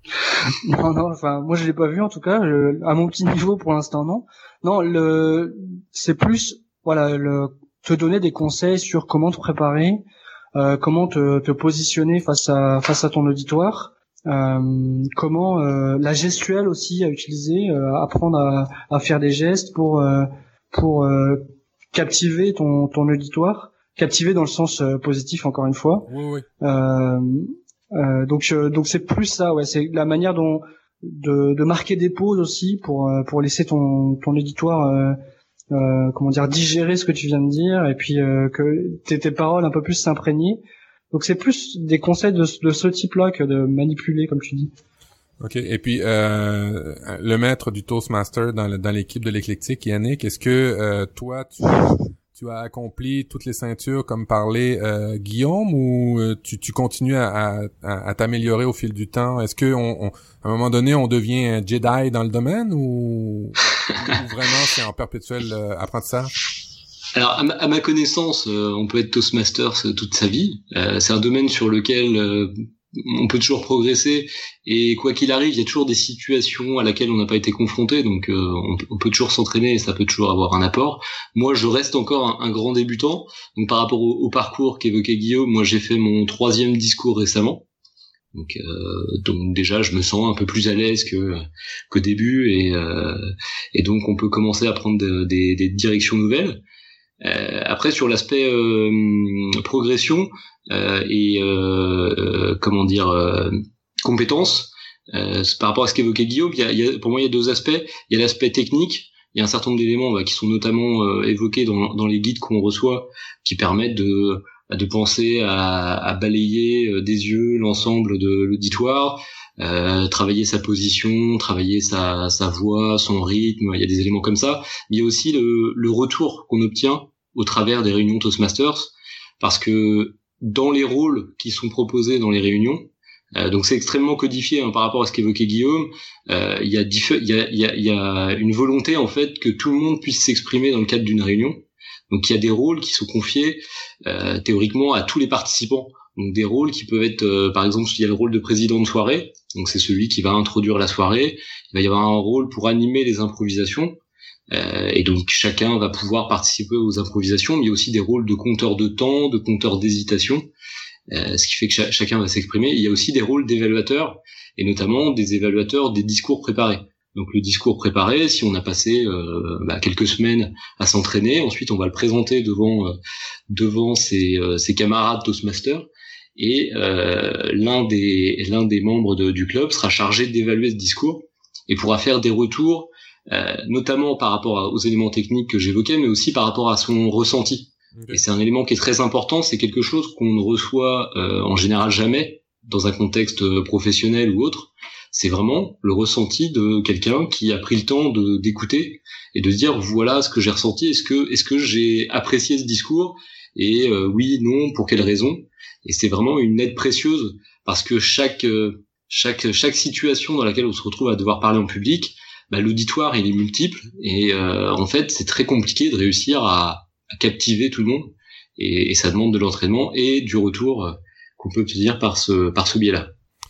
Non, non, enfin, moi je l'ai pas vu en tout cas, je, à mon petit niveau pour l'instant, non. Non, le, c'est plus, voilà, le, te donner des conseils sur comment te préparer, euh, comment te, te positionner face à face à ton auditoire, euh, comment euh, la gestuelle aussi à utiliser, euh, apprendre à, à faire des gestes pour euh, pour euh, captiver ton ton auditoire, captiver dans le sens euh, positif encore une fois. Oui, oui. Euh, Euh, donc euh, donc c'est plus ça, ouais, c'est la manière dont de, de marquer des pauses aussi pour euh, pour laisser ton ton auditoire euh, euh, comment dire digérer ce que tu viens de dire et puis euh, que tes tes paroles un peu plus s'imprégner. Donc c'est plus des conseils de de ce type-là que de manipuler comme tu dis. OK. Et puis euh, le maître du Toastmaster dans le, dans l'équipe de l'Éclectique, Yannick, est-ce que euh, toi tu tu as accompli toutes les ceintures comme parlait euh, Guillaume ou euh, tu, tu continues à, à, à t'améliorer au fil du temps? Est-ce que on, on, à un moment donné on devient un Jedi dans le domaine ou, ou vraiment c'est en perpétuel euh, apprentissage? Alors à ma, à ma connaissance, euh, on peut être Toastmaster toute sa vie. Euh, c'est un domaine sur lequel euh, on peut toujours progresser et quoi qu'il arrive, il y a toujours des situations à laquelle on n'a pas été confronté, donc euh, on, on peut toujours s'entraîner et ça peut toujours avoir un apport. Moi, je reste encore un, un grand débutant, donc par rapport au, au parcours qu'évoquait Guillaume, moi j'ai fait mon troisième discours récemment, donc, euh, donc déjà je me sens un peu plus à l'aise que qu'au début et, euh, et donc on peut commencer à prendre de, des, des directions nouvelles. Euh, après sur l'aspect euh, progression euh, et euh, euh, comment dire euh, compétences, euh, par rapport à ce qu'évoquait Guillaume, il y a, il y a, pour moi il y a deux aspects. Il y a l'aspect technique, il y a un certain nombre d'éléments bah, qui sont notamment euh, évoqués dans, dans les guides qu'on reçoit, qui permettent de de penser à, à balayer euh, des yeux l'ensemble de l'auditoire, euh, travailler sa position, travailler sa, sa voix, son rythme, il y a des éléments comme ça. Mais il y a aussi le, le retour qu'on obtient au travers des réunions Toastmasters, parce que dans les rôles qui sont proposés dans les réunions, euh, donc c'est extrêmement codifié hein, par rapport à ce qu'évoquait Guillaume, euh, il y a diff- il y a, il y a, il y a une volonté en fait que tout le monde puisse s'exprimer dans le cadre d'une réunion. Donc il y a des rôles qui sont confiés euh, théoriquement à tous les participants. Donc des rôles qui peuvent être, euh, par exemple, il y a le rôle de président de soirée, donc c'est celui qui va introduire la soirée. Il va y avoir un rôle pour animer les improvisations, euh, et donc chacun va pouvoir participer aux improvisations. Mais il y a aussi des rôles de compteur de temps, de compteur d'hésitation, euh, ce qui fait que cha- chacun va s'exprimer. Il y a aussi des rôles d'évaluateurs, et notamment des évaluateurs des discours préparés. Donc le discours préparé, si on a passé euh, bah, quelques semaines à s'entraîner, ensuite on va le présenter devant euh, devant ses, euh, ses camarades Toastmasters. Et euh, l'un des l'un des membres de, du club sera chargé d'évaluer ce discours et pourra faire des retours, euh, notamment par rapport à, aux éléments techniques que j'évoquais, mais aussi par rapport à son ressenti. Okay. Et c'est un élément qui est très important, c'est quelque chose qu'on ne reçoit euh, en général jamais dans un contexte professionnel ou autre. C'est vraiment le ressenti de quelqu'un qui a pris le temps de d'écouter et de se dire voilà ce que j'ai ressenti, est-ce que est-ce que j'ai apprécié ce discours et euh, oui, non, pour quelle raison. Et c'est vraiment une aide précieuse parce que chaque euh, chaque chaque situation dans laquelle on se retrouve à devoir parler en public, bah, l'auditoire il est multiple et euh, en fait c'est très compliqué de réussir à, à captiver tout le monde et, et ça demande de l'entraînement et du retour euh, qu'on peut obtenir par ce par ce biais-là.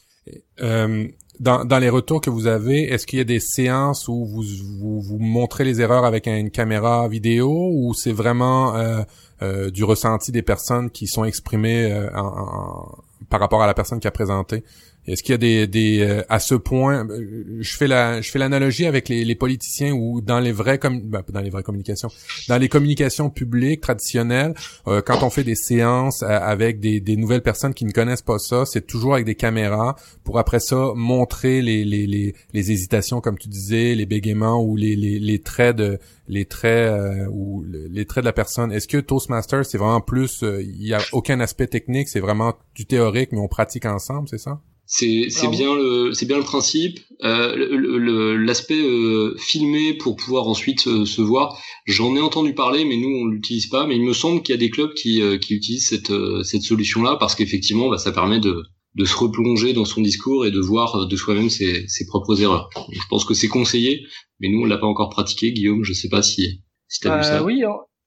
Euh, dans dans les retours que vous avez, est-ce qu'il y a des séances où vous vous, vous montrez les erreurs avec une caméra vidéo ou c'est vraiment euh, euh, du ressenti des personnes qui sont exprimées euh, en, en, par rapport à la personne qui a présenté? Est-ce qu'il y a des des euh, à ce point, je fais la je fais l'analogie avec les, les politiciens ou dans les vraies com ben, dans les vraies communications, dans les communications publiques traditionnelles, euh, quand on fait des séances euh, avec des des nouvelles personnes qui ne connaissent pas ça, c'est toujours avec des caméras pour après ça montrer les les les les hésitations comme tu disais, les bégaiements ou les les les traits de les traits euh, ou les traits de la personne. Est-ce que Toastmaster c'est vraiment plus il euh, y a aucun aspect technique, c'est vraiment du théorique mais on pratique ensemble, c'est ça? C'est, c'est bien le, c'est bien le principe. Euh, le, le, l'aspect euh, filmé pour pouvoir ensuite euh, se voir. J'en ai entendu parler, mais nous on l'utilise pas. Mais il me semble qu'il y a des clubs qui, euh, qui utilisent cette, euh, cette solution-là parce qu'effectivement, bah, ça permet de, de se replonger dans son discours et de voir de soi-même ses, ses propres erreurs. Donc, je pense que c'est conseillé, mais nous on l'a pas encore pratiqué. Guillaume, je sais pas si, si t'as euh, vu ça. Oui.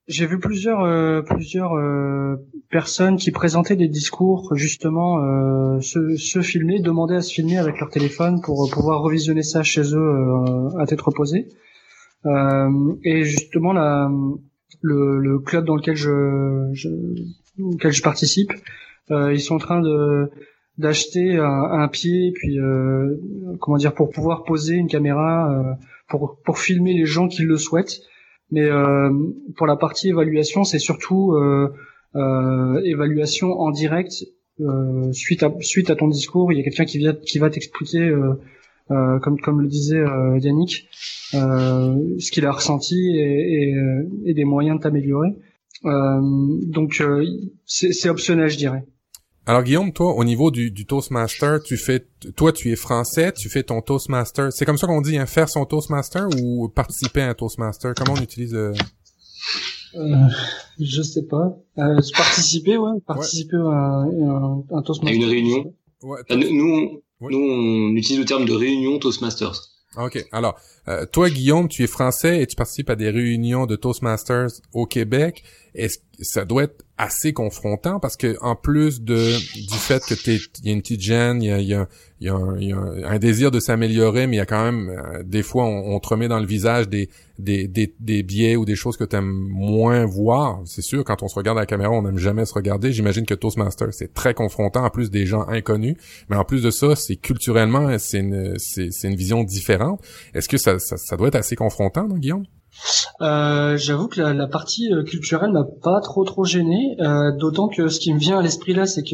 J'ai vu plusieurs euh, plusieurs euh, personnes qui présentaient des discours justement euh, se, se filmer, demandaient à se filmer avec leur téléphone pour pouvoir revisionner ça chez eux euh, à tête reposée. Euh, et justement la, le, le club dans lequel je, je auquel je participe, euh, ils sont en train de d'acheter un, un pied puis euh, comment dire pour pouvoir poser une caméra euh, pour pour filmer les gens qui le souhaitent. Mais euh, pour la partie évaluation, c'est surtout euh, euh, évaluation en direct euh, suite à suite à ton discours. Il y a quelqu'un qui vient qui va t'expliquer, euh, euh, comme comme le disait euh, Yannick, euh, ce qu'il a ressenti et, et, et des moyens de t'améliorer. Euh, donc euh, c'est, c'est optionnel, je dirais. Alors Guillaume, toi, au niveau du, du Toastmaster, tu fais, toi, tu es français, tu fais ton Toastmaster. C'est comme ça qu'on dit, hein, faire son Toastmaster ou participer à un Toastmaster. Comment on utilise euh... Euh, je sais pas. Euh, participer, ouais, participer ouais. à un, un Toastmaster. À une réunion. Ouais, nous, nous, oui. nous, on utilise le terme de réunion Toastmasters. Ok. Alors, euh, toi, Guillaume, tu es français et tu participes à des réunions de Toastmasters au Québec. Est-ce que ça doit être assez confrontant parce que en plus de du fait que t'es, il y a une petite gêne, il y a, il y a, il y a, un, il y a un, un désir de s'améliorer, mais il y a quand même euh, des fois on, on te remet dans le visage des des des des biais ou des choses que t'aimes moins voir. C'est sûr, quand on se regarde à la caméra, on n'aime jamais se regarder. J'imagine que Toastmaster c'est très confrontant, en plus des gens inconnus, mais en plus de ça, c'est culturellement c'est une c'est c'est une vision différente. Est-ce que ça ça, ça doit être assez confrontant, non, Guillaume? Euh, j'avoue que la, la partie euh, culturelle m'a pas trop trop gêné, euh, d'autant que ce qui me vient à l'esprit là, c'est que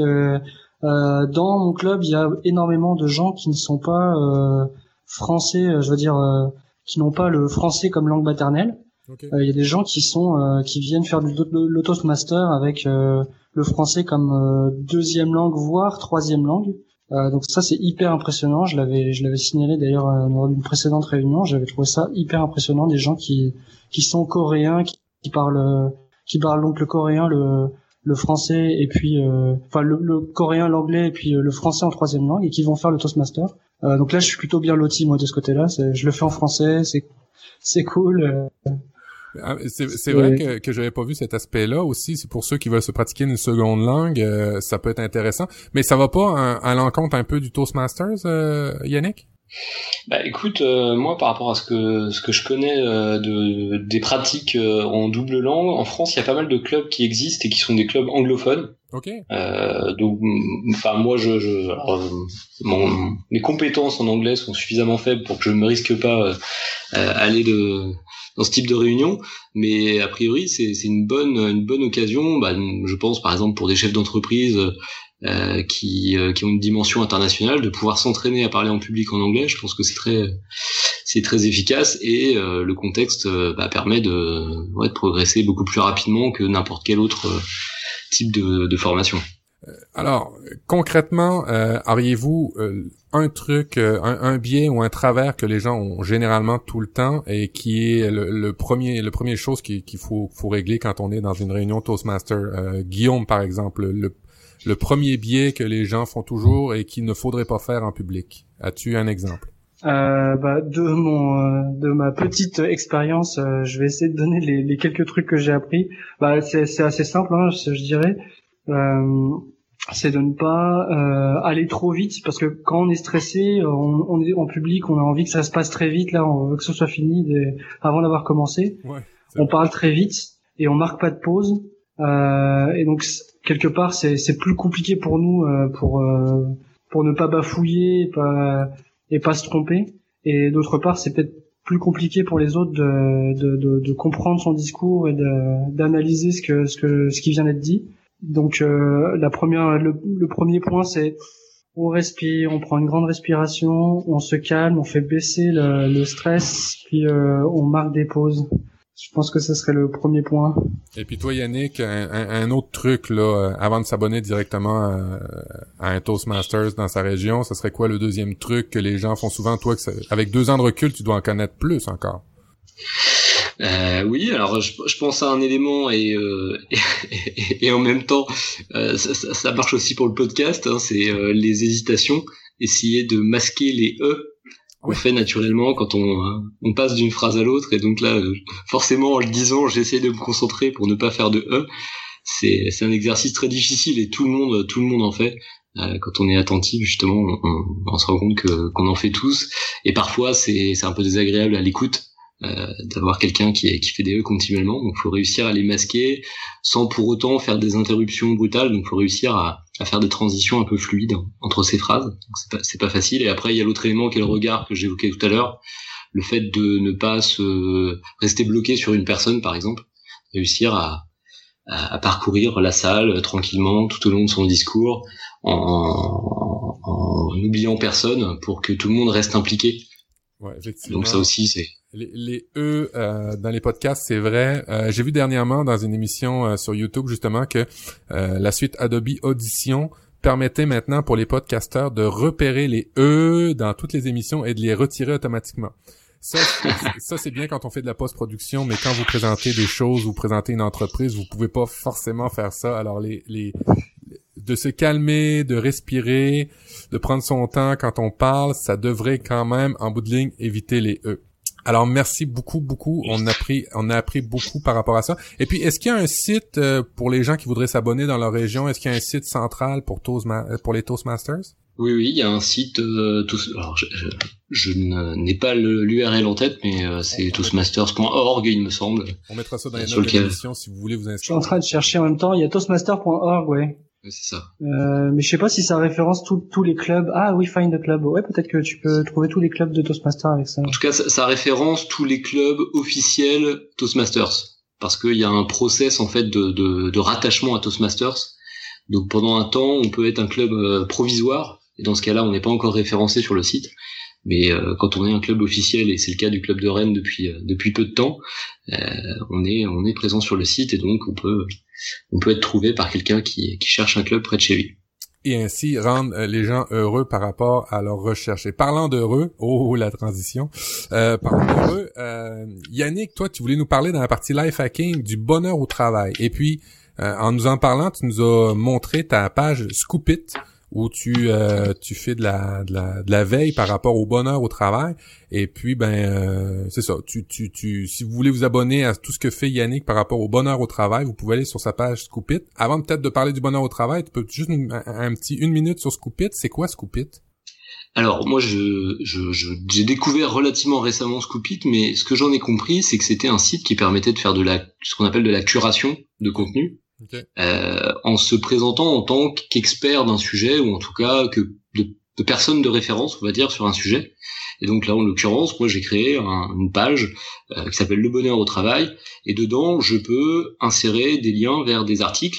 euh, dans mon club, il y a énormément de gens qui ne sont pas euh, français, je veux dire, euh, qui n'ont pas le français comme langue maternelle. Okay. Euh, il y a des gens qui sont euh, qui viennent faire le Toastmaster avec euh, le français comme euh, deuxième langue, voire troisième langue. Euh, donc ça c'est hyper impressionnant. Je l'avais je l'avais signalé d'ailleurs euh, lors d'une précédente réunion. J'avais trouvé ça hyper impressionnant, des gens qui qui sont coréens, qui, qui parlent qui parlent donc le coréen, le le français et puis euh, enfin le, le coréen, l'anglais et puis euh, le français en troisième langue et qui vont faire le Toastmaster. Euh, donc là je suis plutôt bien loti moi de ce côté-là. C'est, je le fais en français, c'est c'est cool. Euh, C'est, c'est vrai que, que j'avais pas vu cet aspect-là aussi. C'est pour ceux qui veulent se pratiquer une seconde langue, euh, ça peut être intéressant. Mais ça va pas à, à l'encontre un peu du Toastmasters, euh, Yannick? Bah écoute, euh, moi par rapport à ce que ce que je connais euh, de des pratiques euh, en double langue, en France il y a pas mal de clubs qui existent et qui sont des clubs anglophones. Ok. Euh, donc, enfin moi je, je alors, mon, mes compétences en anglais sont suffisamment faibles pour que je ne me risque pas euh, aller de dans ce type de réunion, mais a priori c'est c'est une bonne une bonne occasion. Bah, je pense par exemple pour des chefs d'entreprise euh, qui euh, qui ont une dimension internationale de pouvoir s'entraîner à parler en public en anglais. Je pense que c'est très c'est très efficace et euh, le contexte euh, bah, permet de ouais, de progresser beaucoup plus rapidement que n'importe quel autre euh, type de, de formation. Alors, concrètement, euh, auriez-vous euh, un truc, euh, un, un biais ou un travers que les gens ont généralement tout le temps et qui est le, le premier, le premier chose qu'il, qu'il faut, faut régler quand on est dans une réunion Toastmaster? Euh, Guillaume, par exemple, le, le premier biais que les gens font toujours et qu'il ne faudrait pas faire en public. As-tu un exemple? Euh, bah, de mon, euh, de ma petite expérience, euh, je vais essayer de donner les, les quelques trucs que j'ai appris. Bah, c'est, c'est assez simple, hein, je, je dirais. Euh, c'est de ne pas euh, aller trop vite parce que quand on est stressé, on, on est en public, on a envie que ça se passe très vite. Là, on veut que ce soit fini dès, avant d'avoir commencé. Ouais, on parle très vite et on marque pas de pause. Euh, et donc quelque part, c'est, c'est plus compliqué pour nous euh, pour euh, pour ne pas bafouiller et pas et pas se tromper. Et d'autre part, c'est peut-être plus compliqué pour les autres de de, de, de comprendre son discours et de, d'analyser ce que ce que ce qui vient d'être dit. Donc euh, la première, le, le premier point, c'est on respire, on prend une grande respiration, on se calme, on fait baisser le, le stress, puis euh, on marque des pauses. Je pense que ce serait le premier point. Et puis toi, Yannick, un, un, un autre truc là, avant de s'abonner directement à, à un Toastmasters dans sa région, ce serait quoi le deuxième truc que les gens font souvent? Toi, que ça, avec deux ans de recul, tu dois en connaître plus encore. Euh, oui, alors je, je pense à un élément et, euh, et, et en même temps euh, ça, ça, ça marche aussi pour le podcast, hein, c'est euh, les hésitations, essayer de masquer les E qu'on ouais. fait naturellement quand on on passe d'une phrase à l'autre. Et donc là, forcément, en le disant, j'essaie de me concentrer pour ne pas faire de e. C'est c'est un exercice très difficile et tout le monde tout le monde en fait. Euh, quand on est attentif, justement, on, on, on se rend compte que qu'on en fait tous. Et parfois, c'est c'est un peu désagréable à l'écoute. Euh, d'avoir quelqu'un qui, est, qui fait des E continuellement, donc faut réussir à les masquer sans pour autant faire des interruptions brutales, donc faut réussir à, à faire des transitions un peu fluides entre ces phrases, donc c'est pas, c'est pas facile. Et après il y a l'autre élément qui est le regard que j'évoquais tout à l'heure, le fait de ne pas se rester bloqué sur une personne par exemple, réussir à, à, à parcourir la salle tranquillement tout au long de son discours en, en, en n'oubliant personne pour que tout le monde reste impliqué. Ouais, effectivement. Donc ça aussi c'est Les, les E euh, dans les podcasts, c'est vrai. Euh, j'ai vu dernièrement dans une émission euh, sur YouTube justement que euh, la suite Adobe Audition permettait maintenant pour les podcasteurs de repérer les E dans toutes les émissions et de les retirer automatiquement. Ça, ça c'est bien quand on fait de la post-production, mais quand vous présentez des choses, vous présentez une entreprise, vous pouvez pas forcément faire ça. Alors les les de se calmer, de respirer, de prendre son temps quand on parle, ça devrait quand même en bout de ligne éviter les E. Alors merci beaucoup beaucoup, on a appris on a appris beaucoup par rapport à ça. Et puis est-ce qu'il y a un site euh, pour les gens qui voudraient s'abonner dans leur région, est-ce qu'il y a un site central pour Toastma- pour les Toastmasters? Oui oui, il y a un site euh, tous alors je, je, je n'ai pas le, l'U R L en tête mais euh, c'est toastmasters point org il me semble. On mettra ça dans les notes de l'émission si vous voulez vous inscrire. Je suis en train de chercher en même temps, il y a toastmasters point org, ouais. C'est ça. Euh, mais je sais pas si ça référence tous tous les clubs. Ah oui, Find a Club. Ouais, peut-être que tu peux trouver tous les clubs de Toastmasters avec ça. En tout cas, ça, ça référence tous les clubs officiels Toastmasters. Parce qu'il y a un process, en fait, de, de, de rattachement à Toastmasters. Donc, pendant un temps, on peut être un club euh, provisoire. Et dans ce cas-là, on n'est pas encore référencé sur le site. Mais euh, quand on est un club officiel, et c'est le cas du club de Rennes depuis euh, depuis peu de temps, euh, on est on est présent sur le site et donc on peut on peut être trouvé par quelqu'un qui qui cherche un club près de chez lui. Et ainsi rendre les gens heureux par rapport à leur recherche. Et parlant d'heureux, oh la transition, euh, parlant d'heureux, euh, Yannick, toi tu voulais nous parler dans la partie life hacking du bonheur au travail. Et puis euh, en nous en parlant, tu nous as montré ta page Scoop It, où tu euh, tu fais de la, de la de la veille par rapport au bonheur au travail. Et puis ben euh, c'est ça, tu tu tu si vous voulez vous abonner à tout ce que fait Yannick par rapport au bonheur au travail, vous pouvez aller sur sa page Scoop It. Avant peut-être de parler du bonheur au travail, tu peux juste un, un petit une minute sur Scoop It. C'est quoi Scoop It? Alors moi je, je, je j'ai découvert relativement récemment Scoop It, mais ce que j'en ai compris, c'est que c'était un site qui permettait de faire de la ce qu'on appelle de la curation de contenu. Okay. Euh, en se présentant en tant qu'expert d'un sujet, ou en tout cas que de, de personne de référence, on va dire, sur un sujet. Et donc là, en l'occurrence, moi j'ai créé un, une page euh, qui s'appelle Le Bonheur au Travail, et dedans je peux insérer des liens vers des articles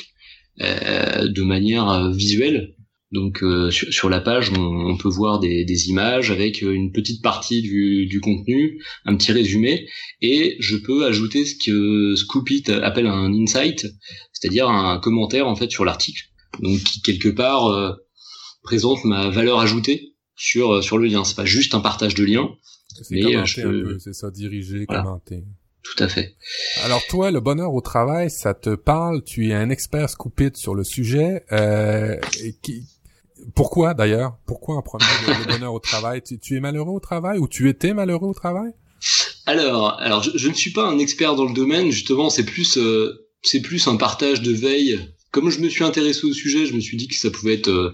euh, de manière euh, visuelle. Donc euh, sur, sur la page, on, on peut voir des, des images avec une petite partie du, du contenu, un petit résumé, et je peux ajouter ce que Scoop It appelle un insight, c'est-à-dire un commentaire en fait sur l'article, donc qui quelque part euh, présente ma valeur ajoutée sur sur le lien. C'est pas juste un partage de liens, c'est mais commenter je... un peu, c'est ça, diriger, voilà. Commenter. Tout à fait. Alors toi, le bonheur au travail, ça te parle. Tu es un expert Scoop It sur le sujet. Euh, qui... Pourquoi d'ailleurs? Pourquoi en premier le, le bonheur au travail? Tu, tu es malheureux au travail ou tu étais malheureux au travail? Alors, alors je, je ne suis pas un expert dans le domaine. Justement, c'est plus euh, c'est plus un partage de veille. Comme je me suis intéressé au sujet, je me suis dit que ça pouvait être euh,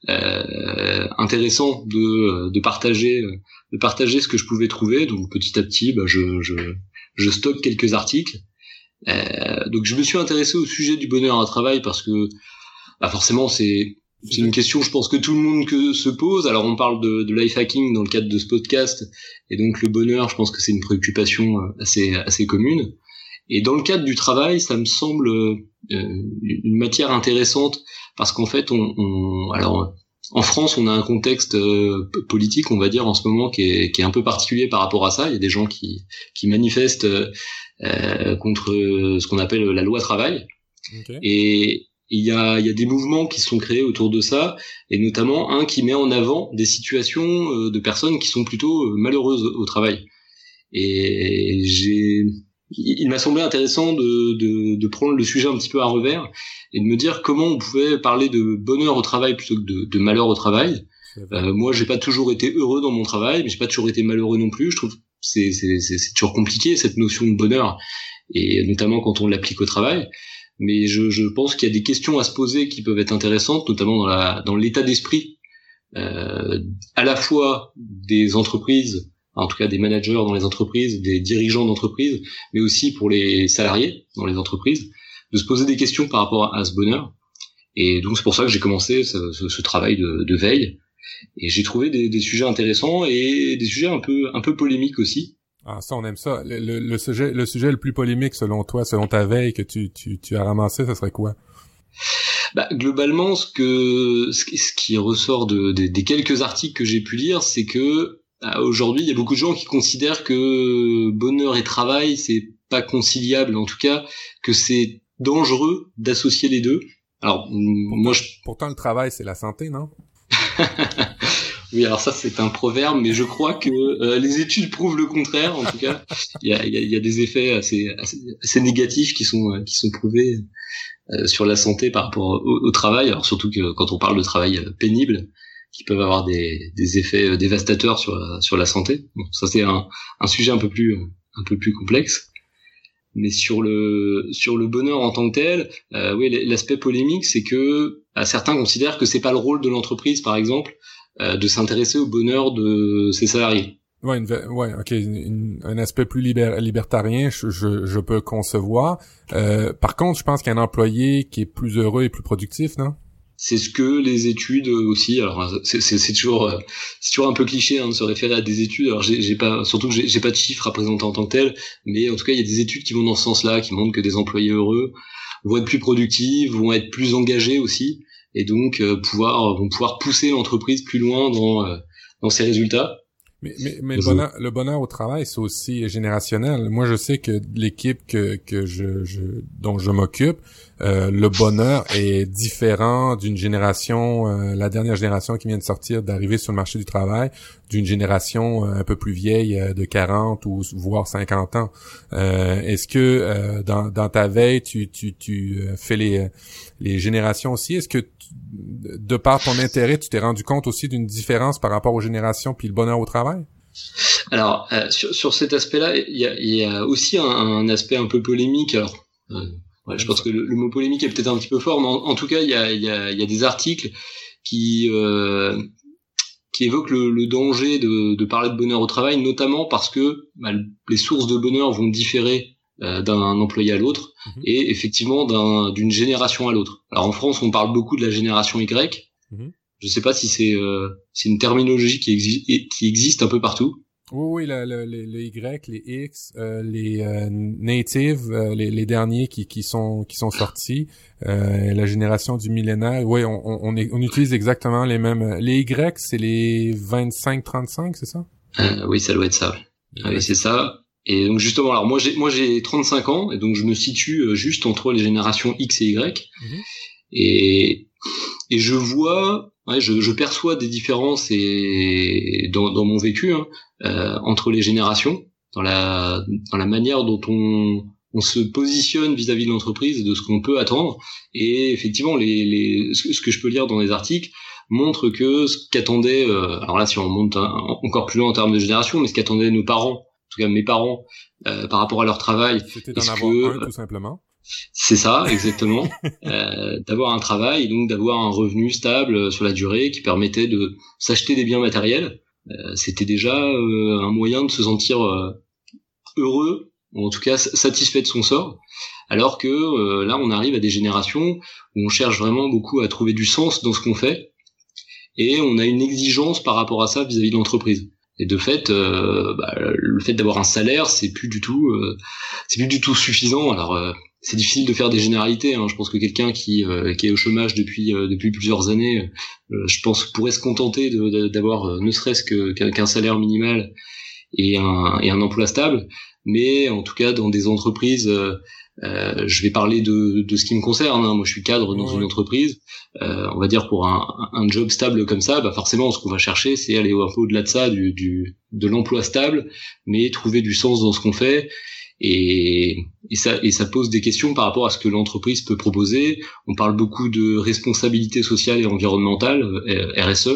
euh, intéressant de de partager de partager ce que je pouvais trouver. Donc petit à petit, bah, je je je stocke quelques articles. Euh, donc je me suis intéressé au sujet du bonheur au travail parce que bah, forcément c'est C'est une question, je pense, que tout le monde que se pose. Alors, on parle de, de life hacking dans le cadre de ce podcast, et donc le bonheur, je pense que c'est une préoccupation assez assez commune. Et dans le cadre du travail, ça me semble euh, une matière intéressante parce qu'en fait, on, on, alors en France, on a un contexte euh, politique, on va dire, en ce moment qui est, qui est un peu particulier par rapport à ça. Il y a des gens qui qui manifestent euh, contre ce qu'on appelle la loi travail, okay. et Il y a, il y a des mouvements qui sont créés autour de ça, et notamment un qui met en avant des situations de personnes qui sont plutôt malheureuses au travail. Et j'ai, il m'a semblé intéressant de, de, de prendre le sujet un petit peu à revers et de me dire comment on pouvait parler de bonheur au travail plutôt que de, de malheur au travail, Euh, moi, j'ai pas toujours été heureux dans mon travail, mais j'ai pas toujours été malheureux non plus. Je trouve que c'est, c'est, c'est, c'est toujours compliqué cette notion de bonheur, et notamment quand on l'applique au travail. Mais je, je pense qu'il y a des questions à se poser qui peuvent être intéressantes, notamment dans la, dans l'état d'esprit, euh, à la fois des entreprises, en tout cas des managers dans les entreprises, des dirigeants d'entreprises, mais aussi pour les salariés dans les entreprises, de se poser des questions par rapport à, à ce bonheur. Et donc c'est pour ça que j'ai commencé ce, ce, ce travail de, de veille. Et j'ai trouvé des, des sujets intéressants et des sujets un peu un peu polémiques aussi. Ah, ça, on aime ça. Le, le, le sujet le sujet le plus polémique selon toi, selon ta veille que tu tu, tu as ramassé, ça serait quoi? Bah, globalement, ce que ce qui ressort de, de des quelques articles que j'ai pu lire, c'est que aujourd'hui, il y a beaucoup de gens qui considèrent que bonheur et travail, c'est pas conciliable, en tout cas que c'est dangereux d'associer les deux. Alors pourtant, moi, je... pourtant le travail, c'est la santé, non? Oui, alors ça c'est un proverbe, mais je crois que euh, les études prouvent le contraire. En tout cas, il y a, y, a, y a des effets assez, assez, assez négatifs qui sont euh, qui sont prouvés euh, sur la santé par rapport au, au travail. Alors surtout que quand on parle de travail pénible, qui peuvent avoir des, des effets dévastateurs sur la, sur la santé. Bon, ça c'est un, un sujet un peu plus un peu plus complexe. Mais sur le sur le bonheur en tant que tel, euh, oui, l'aspect polémique, c'est que bah, certains considèrent que c'est pas le rôle de l'entreprise, par exemple, euh, de s'intéresser au bonheur de ses salariés. Ouais, une, ouais, ok, une, un aspect plus liber, libertarien, je, je, je peux concevoir. Euh, par contre, je pense qu'un employé qui est plus heureux et plus productif, non? C'est ce que les études aussi. Alors c'est, c'est, c'est toujours, c'est toujours un peu cliché hein, de se référer à des études. Alors j'ai, j'ai pas, surtout que j'ai, j'ai pas de chiffres à présenter en tant que tel, mais en tout cas il y a des études qui vont dans ce sens-là, qui montrent que des employés heureux vont être plus productifs, vont être plus engagés aussi, et donc euh, pouvoir, vont pouvoir pousser l'entreprise plus loin dans euh, dans ses résultats. Mais, mais, mais le bonheur, le bonheur au travail, c'est aussi générationnel. Moi, je sais que l'équipe que, que je, je, dont je m'occupe, euh, le bonheur est différent d'une génération, euh, la dernière génération qui vient de sortir, d'arriver sur le marché du travail, d'une génération euh, un peu plus vieille euh, de quarante ou voire cinquante ans. Euh, est-ce que euh, dans, dans ta veille, tu, tu, tu fais les, les générations aussi? Est-ce que tu, de par ton intérêt, tu t'es rendu compte aussi d'une différence par rapport aux générations puis le bonheur au travail? Alors, euh, sur, sur cet aspect-là, il y a, y a aussi un, un aspect un peu polémique. Alors, euh, ouais, je pense que le, le mot polémique est peut-être un petit peu fort, mais en, en tout cas, il y a, y, a, y a des articles qui euh, qui évoquent le, le danger de, de parler de bonheur au travail, notamment parce que bah, les sources de bonheur vont différer euh, d'un employé à l'autre, mmh. et effectivement d'un, d'une génération à l'autre. Alors en France, on parle beaucoup de la génération Y. Mmh. Je sais pas si c'est euh, c'est une terminologie qui existe qui existe un peu partout. Oui, oui, le, le, le, le Y, les X, euh, les euh, natives, euh, les, les derniers qui, qui sont qui sont sortis, euh, la génération du millénaire. Oui, on, on, on, est, on utilise exactement les mêmes. Les Y, c'est les vingt-cinq trente-cinq, c'est ça? Euh, oui, ça doit être ça. Oui, ouais, c'est ça. Et donc justement, alors moi j'ai moi j'ai trente-cinq ans et donc je me situe juste entre les générations X et Y. Mmh. Et et je vois Ouais, je, je perçois des différences et dans, dans mon vécu hein, euh, entre les générations, dans la dans la manière dont on on se positionne vis-à-vis de l'entreprise et de ce qu'on peut attendre. Et effectivement, les les ce que je peux lire dans les articles montre que ce qu'attendaient, euh, alors là si on monte un, encore plus loin en termes de génération, mais ce qu'attendaient nos parents, en tout cas mes parents, euh, par rapport à leur travail, c'était d'en avoir que, un tout simplement. C'est ça, exactement. euh, d'avoir un travail, et donc d'avoir un revenu stable sur la durée qui permettait de s'acheter des biens matériels. Euh, c'était déjà euh, un moyen de se sentir euh, heureux, ou en tout cas satisfait de son sort. Alors que euh, là, on arrive à des générations où on cherche vraiment beaucoup à trouver du sens dans ce qu'on fait, et on a une exigence par rapport à ça vis-à-vis de l'entreprise. Et de fait, euh, bah, le fait d'avoir un salaire, c'est plus du tout, euh, c'est plus du tout suffisant. Alors euh, c'est difficile de faire des généralités. Hein. Je pense que quelqu'un qui, euh, qui est au chômage depuis euh, depuis plusieurs années, euh, je pense pourrait se contenter de, de, d'avoir euh, ne serait-ce que, qu'un salaire minimal et un, et un emploi stable. Mais en tout cas, dans des entreprises, euh, euh, je vais parler de, de ce qui me concerne. Hein. Moi, je suis cadre dans ouais. une entreprise. Euh, on va dire pour un, un job stable comme ça, bah forcément, ce qu'on va chercher, c'est aller un peu au-delà de ça, du, du de l'emploi stable, mais trouver du sens dans ce qu'on fait. Et, et ça et ça pose des questions par rapport à ce que l'entreprise peut proposer. On parle beaucoup de responsabilité sociale et environnementale, R S E,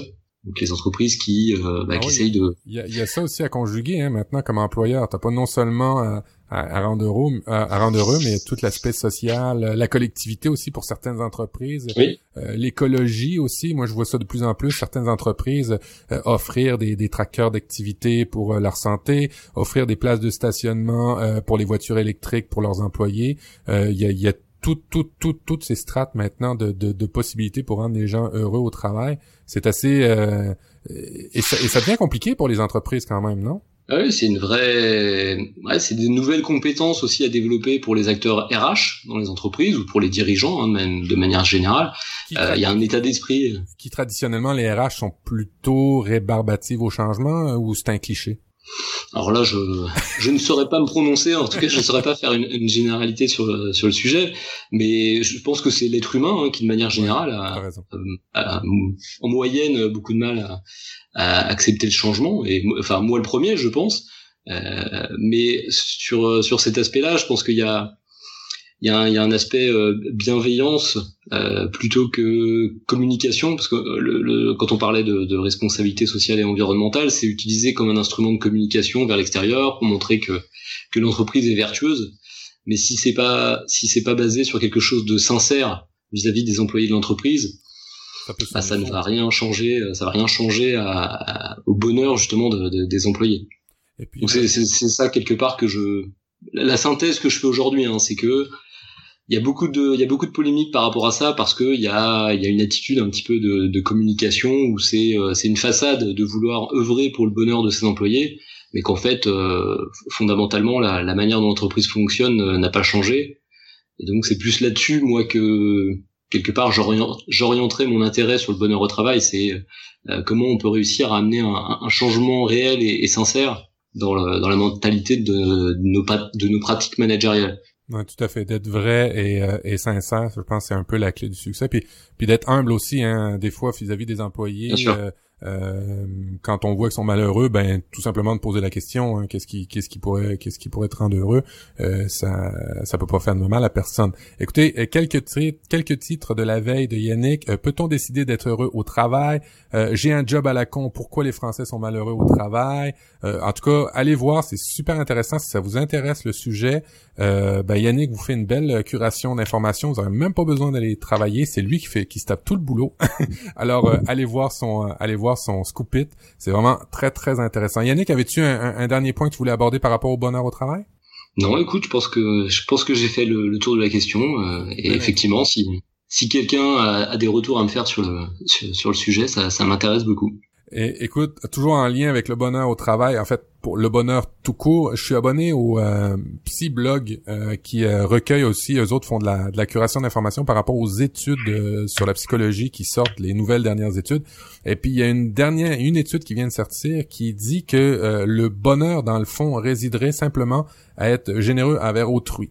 Donc les entreprises qui, euh, bah, ah qui oui, essayent de... Il y a, il y a ça aussi à conjuguer hein, maintenant comme employeur. T'as pas non seulement à, à, à rendre heureux, à, à rendre heureux, mais tout l'aspect social, la collectivité aussi pour certaines entreprises, oui. euh, l'écologie aussi. Moi, je vois ça de plus en plus. Certaines entreprises euh, offrir des, des trackers d'activité pour euh, leur santé, offrir des places de stationnement euh, pour les voitures électriques pour leurs employés. Euh, il y a, il y a Toutes, toutes, toutes, toutes ces strates maintenant de, de, de possibilités pour rendre les gens heureux au travail. C'est assez... Euh, et, ça, et ça devient compliqué pour les entreprises quand même, non? Ah oui, c'est une vraie... Ouais, c'est des nouvelles compétences aussi à développer pour les acteurs R H dans les entreprises ou pour les dirigeants, hein, même de manière générale. Il euh, y a un état d'esprit... Qui, traditionnellement, les R H sont plutôt rébarbatives au changement ou c'est un cliché? Alors là, je je ne saurais pas me prononcer. En tout cas, je ne saurais pas faire une, une généralité sur le, sur le sujet. Mais je pense que c'est l'être humain hein, qui, de manière générale, a, a, a en moyenne beaucoup de mal à, à accepter le changement. Et enfin, moi le premier, je pense. Euh, mais sur sur cet aspect-là, je pense qu'il y a il y a un, il y a un aspect euh, bienveillance euh, plutôt que communication, parce que le, le, quand on parlait de, de responsabilité sociale et environnementale, c'est utilisé comme un instrument de communication vers l'extérieur pour montrer que que l'entreprise est vertueuse. Mais si c'est pas si c'est pas basé sur quelque chose de sincère vis-à-vis des employés de l'entreprise, ça, bah, ça ne va rien changer, ça va rien changer à, à, au bonheur justement de, de, des employés. Et puis, donc c'est, c'est c'est ça quelque part que je la synthèse que je fais aujourd'hui, hein, c'est que il y a beaucoup de, il y a beaucoup de polémiques par rapport à ça parce que il y a, il y a une attitude un petit peu de, de communication où c'est, c'est une façade de vouloir œuvrer pour le bonheur de ses employés, mais qu'en fait, euh, fondamentalement, la, la manière dont l'entreprise fonctionne euh, n'a pas changé. Et donc, c'est plus là-dessus, moi, que quelque part, j'orient, j'orienterai mon intérêt sur le bonheur au travail. C'est euh, comment on peut réussir à amener un, un changement réel et, et sincère dans, le, dans la mentalité de, de, nos, de nos pratiques managériales. Ouais, tout à fait, d'être vrai et, euh, et sincère, je pense que c'est un peu la clé du succès. Puis, puis d'être humble aussi, hein, des fois vis-à-vis des employés. Euh, euh, quand on voit qu'ils sont malheureux, ben tout simplement de poser la question, hein, qu'est-ce qui, qu'est-ce qui pourrait, qu'est-ce qui pourrait te rendre heureux. Euh, ça, ça peut pas faire de mal à personne. Écoutez, quelques titres, quelques titres de la veille de Yannick. Euh, peut-on décider d'être heureux au travail? Euh, j'ai un job à la con. Pourquoi les Français sont malheureux au travail? Euh, en tout cas, allez voir, c'est super intéressant. Si ça vous intéresse le sujet, euh, ben Yannick vous fait une belle curation d'informations. Vous n'aurez même pas besoin d'aller travailler. C'est lui qui fait, qui se tape tout le boulot. Alors, euh, allez voir son, euh, allez voir son Scoop It. C'est vraiment très, très intéressant. Yannick, avais-tu un, un, un dernier point que tu voulais aborder par rapport au bonheur au travail? Non, écoute, je pense que je pense que j'ai fait le, le tour de la question. Euh, et ouais, effectivement, si si quelqu'un a, a des retours à me faire sur le sur, sur le sujet, ça, ça m'intéresse beaucoup. Et écoute, toujours en lien avec le bonheur au travail, en fait, pour le bonheur tout court, je suis abonné au euh, Psyblog euh, qui euh, recueille aussi, eux autres font de la, de la curation d'informations par rapport aux études euh, sur la psychologie qui sortent, les nouvelles dernières études. Et puis il y a une dernière, une étude qui vient de sortir qui dit que euh, le bonheur dans le fond résiderait simplement à être généreux envers autrui.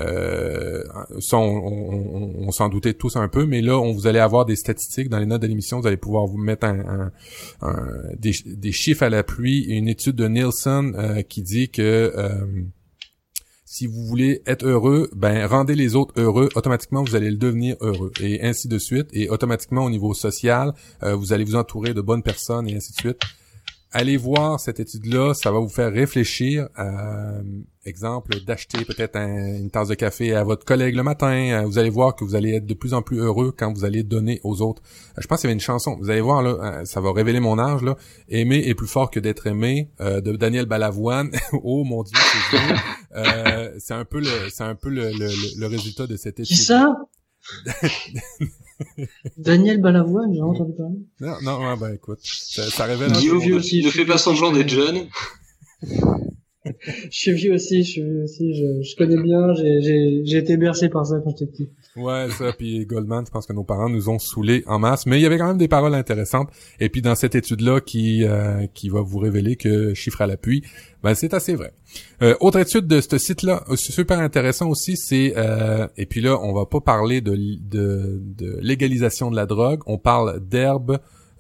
Euh, ça, on, on, on s'en doutait tous un peu, mais là, on vous allez avoir des statistiques dans les notes de l'émission, vous allez pouvoir vous mettre un, un, un, des, des chiffres à l'appui. Une étude de Nielsen euh, qui dit que euh, si vous voulez être heureux, ben rendez les autres heureux, automatiquement vous allez le devenir heureux, et ainsi de suite. Et automatiquement au niveau social, euh, vous allez vous entourer de bonnes personnes, et ainsi de suite. Allez voir cette étude-là, ça va vous faire réfléchir. Euh, exemple, d'acheter peut-être un, une tasse de café à votre collègue le matin. Vous allez voir que vous allez être de plus en plus heureux quand vous allez donner aux autres. Je pense qu'il y avait une chanson, vous allez voir là, ça va révéler mon âge là. Aimer est plus fort que d'être aimé, euh, de Daniel Balavoine. Oh mon Dieu, c'est vrai. Euh, c'est un peu le, c'est un peu le, le, le résultat de cette étude. Qui ça? Daniel Balavoine, j'ai entendu parler. Non, non, ouais, ben écoute, ça, ça révèle. Je suis vieux aussi. Ne fais pas semblant d'être jeune. Je suis vieux aussi, je suis vieux aussi. Je, je connais bien. J'ai, j'ai, j'ai été bercé par ça quand j'étais petit. Ouais, ça. Puis Goldman, je pense que nos parents nous ont saoulés en masse, mais il y avait quand même des paroles intéressantes. Et puis dans cette étude-là, qui euh, qui va vous révéler que chiffre à l'appui, ben c'est assez vrai. Euh, autre étude de ce site-là, super intéressant aussi, c'est euh, et puis là, on va pas parler de de, de légalisation de la drogue, on parle d'herbe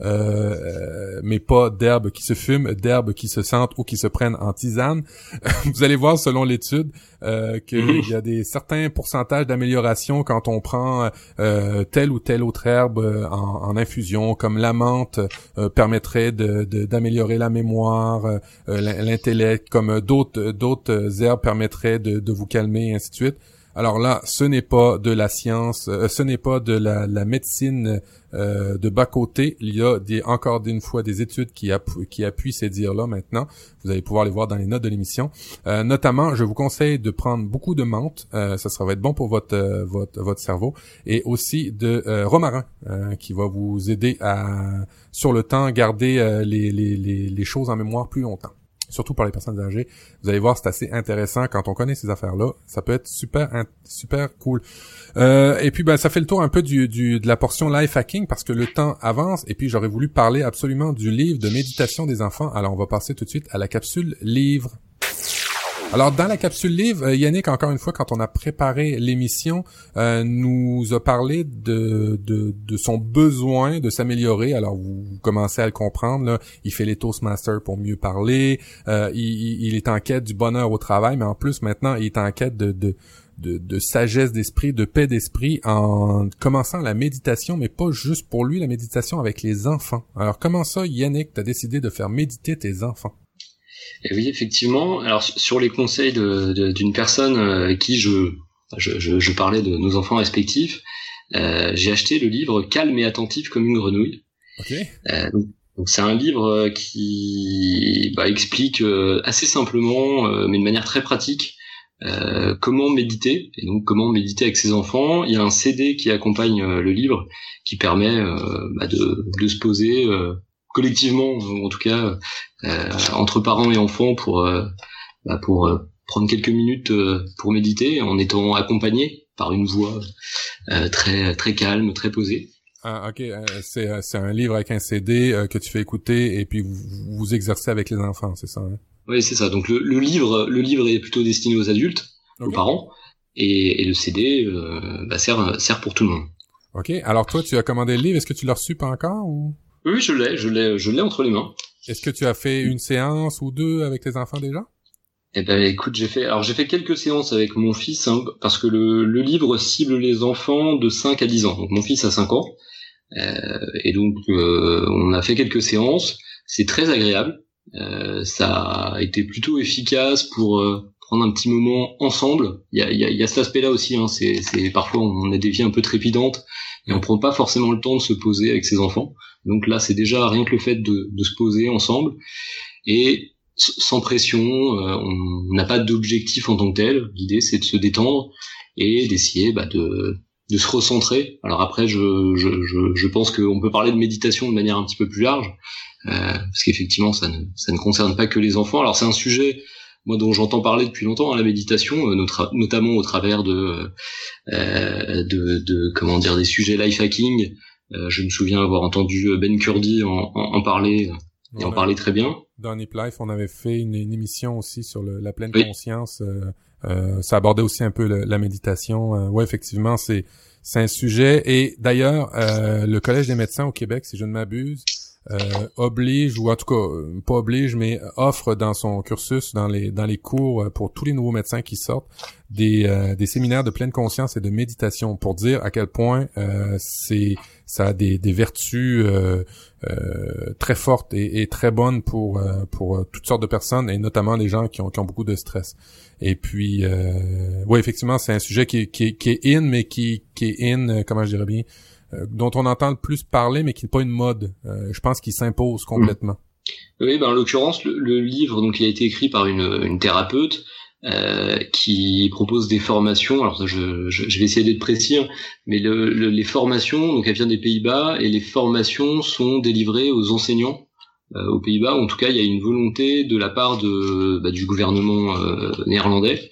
euh, mais pas d'herbes qui se fument, d'herbes qui se sentent ou qui se prennent en tisane. Vous allez voir selon l'étude euh, qu'il mmh. y a des certains pourcentages d'amélioration quand on prend euh, telle ou telle autre herbe en, en infusion, comme la menthe euh, permettrait de, de, d'améliorer la mémoire, euh, l'intellect, comme d'autres d'autres herbes permettraient de, de vous calmer, et ainsi de suite. Alors là, ce n'est pas de la science, euh, ce n'est pas de la, la médecine euh, de bas côté. Il y a des, encore une fois des études qui, appu, qui appuient ces dires-là maintenant. Vous allez pouvoir les voir dans les notes de l'émission. Euh, notamment, je vous conseille de prendre beaucoup de menthe. Euh, ça, ça va être bon pour votre euh, votre, votre cerveau. Et aussi de euh, romarin, euh, qui va vous aider à, sur le temps, garder euh, les, les, les, les choses en mémoire plus longtemps. Surtout pour les personnes âgées. Vous allez voir, c'est assez intéressant quand on connaît ces affaires-là. Ça peut être super, super cool. Euh, et puis, ben, ça fait le tour un peu du, du, de la portion life hacking parce que le temps avance. Et puis, j'aurais voulu parler absolument du livre de méditation des enfants. Alors, on va passer tout de suite à la capsule livre. Alors, dans la capsule livre, Yannick, encore une fois, quand on a préparé l'émission, euh, nous a parlé de, de, de son besoin de s'améliorer. Alors, vous, vous commencez à le comprendre, là. Il fait les Toastmasters pour mieux parler. Euh, il, il est en quête du bonheur au travail, mais en plus, maintenant, il est en quête de, de, de, de sagesse d'esprit, de paix d'esprit, en commençant la méditation, mais pas juste pour lui, la méditation avec les enfants. Alors, comment ça, Yannick, t'as décidé de faire méditer tes enfants? Et oui, effectivement. Alors sur les conseils de, de, d'une personne avec qui je, je, je, je parlais de nos enfants respectifs, euh, j'ai acheté le livre Calme et attentif comme une grenouille. Okay. Euh, donc, donc c'est un livre qui bah, explique euh, assez simplement, euh, mais de manière très pratique, euh, comment méditer et donc comment méditer avec ses enfants. Il y a un C D qui accompagne euh, le livre qui permet euh, bah, de, de se poser. Euh, collectivement, ou en tout cas euh, entre parents et enfants, pour euh, bah, pour euh, prendre quelques minutes euh, pour méditer, en étant accompagné par une voix euh, très très calme, très posée. Ah, ok, c'est c'est un livre avec un C D euh, que tu fais écouter et puis vous vous exercez avec les enfants, c'est ça, hein? Oui, c'est ça. Donc le, le livre le livre est plutôt destiné aux adultes, okay. aux parents, et, et le C D euh, bah, sert sert pour tout le monde. Ok. Alors toi, tu as commandé le livre, est-ce que tu l'as reçu pas encore ou? Oui, je l'ai, je l'ai, je l'ai entre les mains. Est-ce que tu as fait une séance ou deux avec tes enfants déjà? Eh ben, écoute, j'ai fait, alors j'ai fait quelques séances avec mon fils, hein, parce que le, le livre cible les enfants de cinq à dix ans. Donc mon fils a cinq ans, euh, et donc euh, on a fait quelques séances. C'est très agréable. Euh, ça a été plutôt efficace pour euh, prendre un petit moment ensemble. Il y a, il y a, il y a cet aspect-là aussi. Hein, c'est, c'est parfois on a des vies un peu trépidantes et on prend pas forcément le temps de se poser avec ses enfants. Donc là, c'est déjà rien que le fait de, de se poser ensemble et sans pression. Euh, on n'a pas d'objectif en tant que tel. L'idée, c'est de se détendre et d'essayer bah, de, de se recentrer. Alors après, je, je, je, je pense qu'on peut parler de méditation de manière un petit peu plus large, euh, parce qu'effectivement, ça ne, ça ne concerne pas que les enfants. Alors c'est un sujet, moi, dont j'entends parler depuis longtemps, hein, la méditation, euh, notre, notamment au travers de, euh, de, de, comment dire, des sujets life hacking. Euh, je me souviens avoir entendu Ben Kurdi en, en, en parler, et en parler très bien. Dans Nip Life, on avait fait une, une émission aussi sur le, la pleine oui. conscience. Euh, euh, ça abordait aussi un peu le, la méditation. Euh, ouais, effectivement, c'est c'est un sujet. Et d'ailleurs, euh, le Collège des médecins au Québec, si je ne m'abuse, euh, oblige, ou en tout cas pas oblige, mais offre dans son cursus, dans les dans les cours pour tous les nouveaux médecins qui sortent, des euh, des séminaires de pleine conscience et de méditation, pour dire à quel point euh, c'est ça a des des vertus euh, euh, très fortes et, et très bonnes pour euh, pour toutes sortes de personnes, et notamment les gens qui ont qui ont beaucoup de stress. Et puis euh, ouais, effectivement, c'est un sujet qui qui qui est in, mais qui qui est in, euh, comment je dirais bien, euh, dont on entend le plus parler, mais qui n'est pas une mode. Euh, je pense qu'il s'impose complètement. Oui, ben en l'occurrence, le, le livre, donc, il a été écrit par une, une thérapeute euh, qui propose des formations. Alors, je, je, je vais essayer d'être précis, hein, mais le, le, les formations, donc, elle vient des Pays-Bas, et les formations sont délivrées aux enseignants euh, aux Pays-Bas. En tout cas, il y a une volonté de la part de bah, du gouvernement euh, néerlandais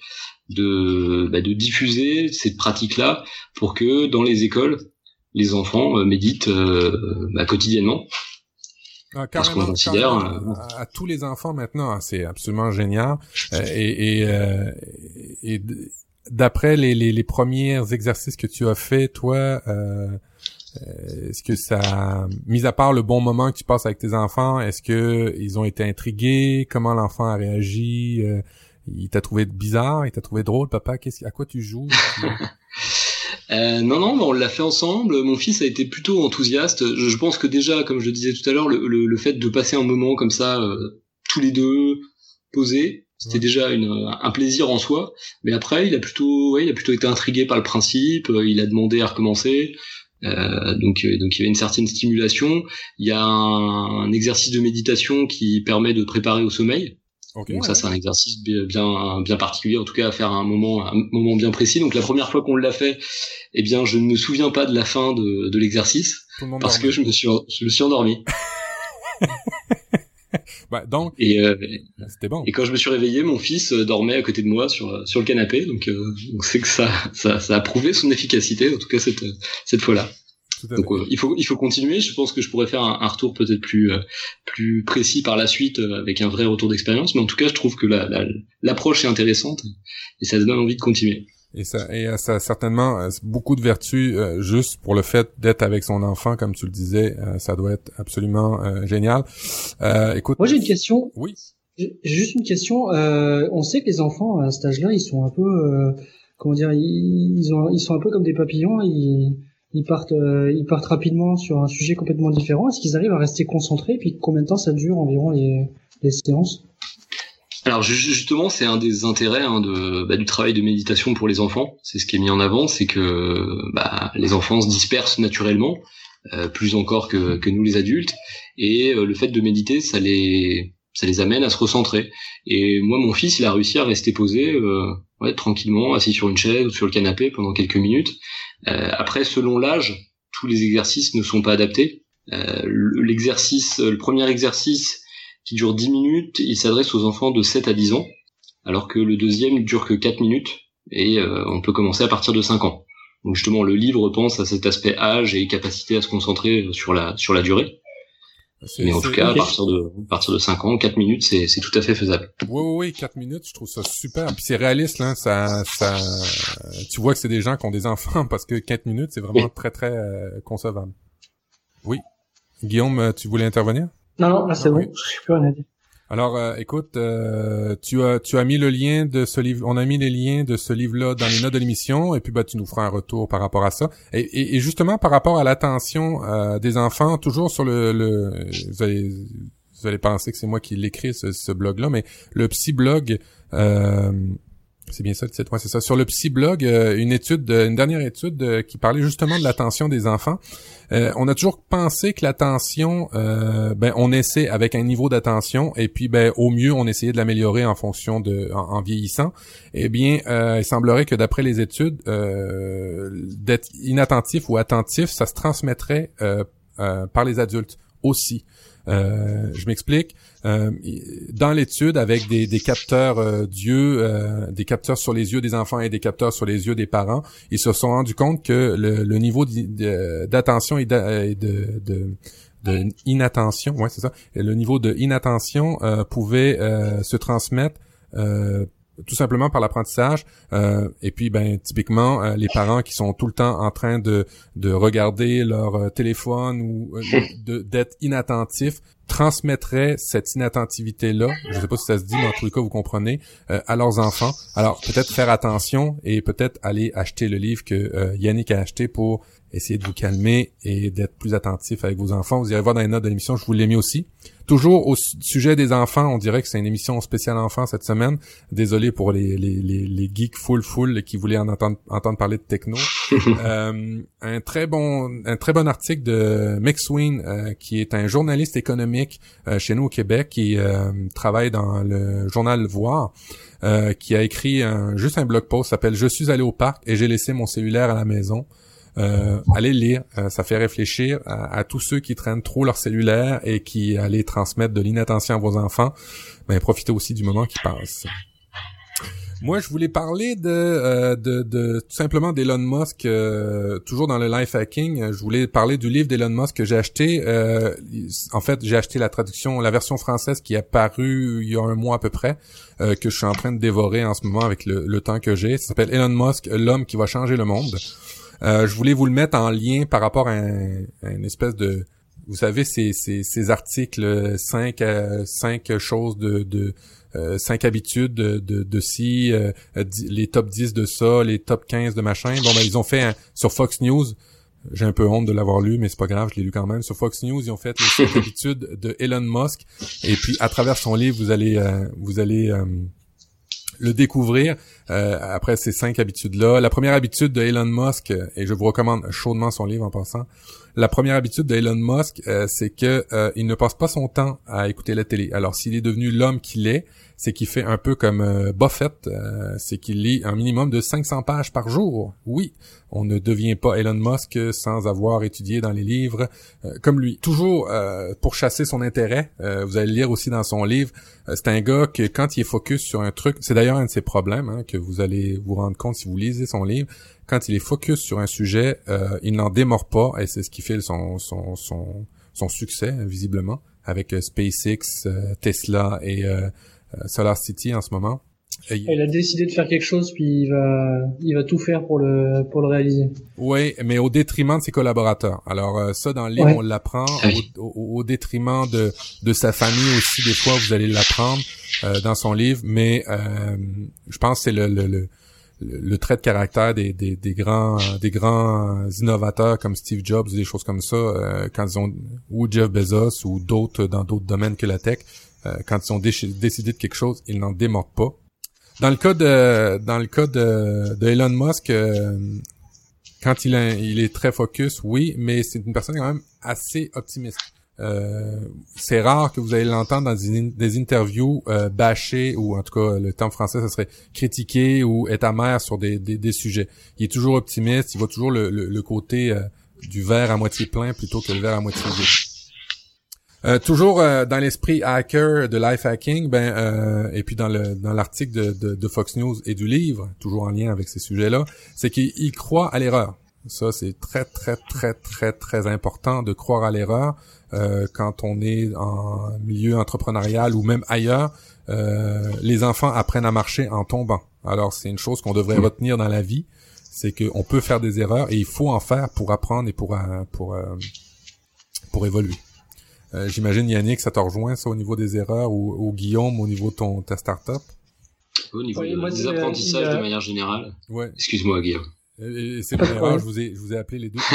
de bah, de diffuser cette pratique-là pour que dans les écoles, les enfants euh, méditent euh, bah, quotidiennement. Ah, carrément, qu'on considère carrément, à, à tous les enfants maintenant, c'est absolument génial. Euh, et et, euh, et d'après les, les les premiers exercices que tu as fait, toi, euh, Euh, est-ce que ça, mis à part le bon moment que tu passes avec tes enfants, est-ce que ils ont été intrigués? Comment l'enfant a réagi? Euh, il t'a trouvé bizarre? Il t'a trouvé drôle, papa? Qu'est-ce, à quoi tu joues? Euh, non, non, on l'a fait ensemble. Mon fils a été plutôt enthousiaste. Je, je pense que déjà, comme je le disais tout à l'heure, le, le, le fait de passer un moment comme ça, euh, tous les deux, posés, c'était ouais. déjà une, un plaisir en soi. Mais après, il a plutôt, ouais, il a plutôt été intrigué par le principe. Il a demandé à recommencer. Euh, donc, donc il y avait une certaine stimulation. Il y a un, un exercice de méditation qui permet de préparer au sommeil. Okay, donc ouais. ça c'est un exercice bien bien particulier, en tout cas à faire à un moment un moment bien précis. Donc la première fois qu'on l'a fait, eh bien je ne me souviens pas de la fin de de l'exercice parce dormait. que je me suis je me suis endormi. bah, donc et euh, c'était bon. Et quand je me suis réveillé, mon fils dormait à côté de moi sur sur le canapé. Donc euh, donc c'est que ça ça ça a prouvé son efficacité, en tout cas cette cette fois-là. Donc euh, il faut il faut continuer. Je pense que je pourrais faire un, un retour peut-être plus euh, plus précis par la suite euh, avec un vrai retour d'expérience. Mais en tout cas, je trouve que la, la, l'approche est intéressante et ça donne envie de continuer. Et ça et ça a certainement beaucoup de vertus euh, juste pour le fait d'être avec son enfant, comme tu le disais. Euh, ça doit être absolument euh, génial. Euh, écoute. Moi j'ai une question. Oui. J'ai juste une question. Euh, on sait que les enfants à cet âge-là, ils sont un peu euh, comment dire, ils, ils ont ils sont un peu comme des papillons. Ils Ils partent, euh, ils partent rapidement sur un sujet complètement différent. Est-ce qu'ils arrivent à rester concentrés? Puis combien de temps ça dure environ les, les séances? Alors justement, c'est un des intérêts hein, de, bah, du travail de méditation pour les enfants. C'est ce qui est mis en avant, c'est que bah, les enfants se dispersent naturellement, euh, plus encore que, que nous les adultes, et euh, le fait de méditer, ça les, ça les amène à se recentrer. Et moi, mon fils, il a réussi à rester posé, euh, ouais, tranquillement, assis sur une chaise ou sur le canapé pendant quelques minutes. Euh, après, selon l'âge, tous les exercices ne sont pas adaptés. Euh, l'exercice, le premier exercice qui dure dix minutes, il s'adresse aux enfants de sept à dix ans, alors que le deuxième ne dure que quatre minutes, et euh, on peut commencer à partir de cinq ans. Donc justement, le livre pense à cet aspect âge et capacité à se concentrer sur la sur la durée. C'est, Mais en tout cas, okay. à partir de à partir de cinq ans, quatre minutes, c'est c'est tout à fait faisable. Oui, oui, oui, quatre minutes, je trouve ça super. Puis c'est réaliste, là, ça, ça, tu vois que c'est des gens qui ont des enfants parce que quatre minutes, c'est vraiment oui. très, très euh, concevable. Oui. Guillaume, tu voulais intervenir? Non, non, là c'est ah, bon, oui. Je suis plus rien à dire. Alors, euh, écoute, euh, tu as tu as mis le lien de ce livre, on a mis les liens de ce livre-là dans les notes de l'émission, et puis bah tu nous feras un retour par rapport à ça. Et, et, et justement par rapport à l'attention euh, des enfants, toujours sur le, le vous allez vous allez penser que c'est moi qui l'écris ce, ce blog-là, mais le Psyblog, euh, c'est bien ça le titre, ouais, c'est ça. Sur le Psyblog, euh, une étude, une dernière étude euh, qui parlait justement de l'attention des enfants. Euh, on a toujours pensé que l'attention, euh, ben on essaie avec un niveau d'attention et puis ben au mieux on essayait de l'améliorer en fonction de, en, en vieillissant. Eh bien, euh, il semblerait que d'après les études, euh, d'être inattentif ou attentif, ça se transmettrait euh, euh, par les adultes aussi. Euh, je m'explique. Euh, dans l'étude, avec des, des capteurs euh, d'yeux, euh, des capteurs sur les yeux des enfants et des capteurs sur les yeux des parents, ils se sont rendus compte que le, le niveau d'attention et de, de, de, de inattention, ouais c'est ça, le niveau de inattention euh, pouvait euh, se transmettre euh, tout simplement par l'apprentissage. Euh, et puis, ben, typiquement, euh, les parents qui sont tout le temps en train de de regarder leur euh, téléphone ou euh, de, d'être inattentifs transmettraient cette inattentivité-là, je sais pas si ça se dit, mais en tous les cas, vous comprenez, euh, à leurs enfants. Alors, peut-être faire attention et peut-être aller acheter le livre que euh, Yannick a acheté pour essayer de vous calmer et d'être plus attentif avec vos enfants. Vous irez voir dans les notes de l'émission, je vous l'ai mis aussi. Toujours au sujet des enfants, on dirait que c'est une émission spéciale enfants cette semaine. Désolé pour les les les, les geeks full full qui voulaient en entendre entendre parler de techno. euh, un très bon un très bon article de McSween euh, qui est un journaliste économique euh, chez nous au Québec qui euh, travaille dans le journal Le Voir. Euh, qui a écrit un, juste un blog post s'appelle Je suis allé au parc et j'ai laissé mon cellulaire à la maison. Euh, allez lire, euh, ça fait réfléchir à, à tous ceux qui traînent trop leur cellulaire et qui allaient transmettre de l'inattention à vos enfants. Ben profitez aussi du moment qui passe. Moi, je voulais parler de, euh, de, de tout simplement d'Elon Musk, euh, toujours dans le life hacking. Je voulais parler du livre d'Elon Musk que j'ai acheté. Euh, en fait, j'ai acheté la traduction, la version française qui est apparue il y a un mois à peu près, euh, que je suis en train de dévorer en ce moment avec le, le temps que j'ai. Ça s'appelle Elon Musk, l'homme qui va changer le monde. Euh, je voulais vous le mettre en lien par rapport à, un, à une espèce de, vous savez, ces, ces, ces articles cinq euh, cinq choses de, de euh, cinq habitudes de, de, de ci, euh, les top dix de ça, les top quinze de machin. Bon, ben ils ont fait un, sur Fox News. J'ai un peu honte de l'avoir lu, mais c'est pas grave, je l'ai lu quand même. Sur Fox News, ils ont fait les cinq habitudes de Elon Musk. Et puis, à travers son livre, vous allez, euh, vous allez euh, le découvrir. Euh, après ces cinq habitudes-là, la première habitude de Elon Musk, et je vous recommande chaudement son livre en passant. La première habitude de Elon Musk, euh, c'est que euh, il ne passe pas son temps à écouter la télé. Alors, s'il est devenu l'homme qu'il est, c'est qu'il fait un peu comme euh, Buffett, euh, c'est qu'il lit un minimum de cinq cents pages par jour. Oui, on ne devient pas Elon Musk sans avoir étudié dans les livres euh, comme lui. Toujours euh, pour chasser son intérêt, euh, vous allez le lire aussi dans son livre, euh, c'est un gars que quand il est focus sur un truc, c'est d'ailleurs un de ses problèmes, hein, que vous allez vous rendre compte si vous lisez son livre, quand il est focus sur un sujet, euh, il n'en démord pas, et c'est ce qui fait son, son, son, son succès, visiblement, avec euh, SpaceX, euh, Tesla et euh, Solar City en ce moment. Et il a décidé de faire quelque chose, puis il va, il va tout faire pour le, pour le réaliser. Oui, mais au détriment de ses collaborateurs. Alors euh, ça, dans le livre, ouais. on l'apprend au, au, au détriment de, de sa famille aussi. Des fois, vous allez l'apprendre euh, dans son livre, mais euh, je pense que c'est le, le, le, le trait de caractère des, des, des grands, des grands innovateurs comme Steve Jobs ou des choses comme ça, euh, quand ils ont, ou Jeff Bezos ou d'autres dans d'autres domaines que la tech. Euh, quand ils ont dé- décidé de quelque chose, ils n'en démordent pas. Dans le cas de dans le cas de, de Elon Musk, euh, quand il, a, il est très focus, oui, mais c'est une personne quand même assez optimiste. Euh, c'est rare que vous allez l'entendre dans des, des interviews euh, bâcher, ou en tout cas le terme français, ça serait critiquer ou être amer sur des, des, des sujets. Il est toujours optimiste, il voit toujours le, le, le côté euh, du verre à moitié plein plutôt que le verre à moitié vide. Euh, toujours euh, dans l'esprit hacker de life hacking, ben euh, et puis dans le dans l'article de, de, de Fox News et du livre, toujours en lien avec ces sujets-là, c'est qu'il croit à l'erreur. Ça, c'est très très très très très important de croire à l'erreur euh, quand on est en milieu entrepreneurial ou même ailleurs. Euh, les enfants apprennent à marcher en tombant. Alors c'est une chose qu'on devrait retenir dans la vie, c'est qu'on peut faire des erreurs et il faut en faire pour apprendre et pour euh, pour euh, pour évoluer. Euh, j'imagine, Yannick, ça te rejoint, ça, au niveau des erreurs, ou, ou Guillaume, au niveau de ton, ta start-up? Au niveau oui, de, moi, des apprentissages a... de manière générale. Ouais. Excuse-moi, Guillaume. Et, et c'est pas erreur, je vous ai, je vous ai appelé les deux.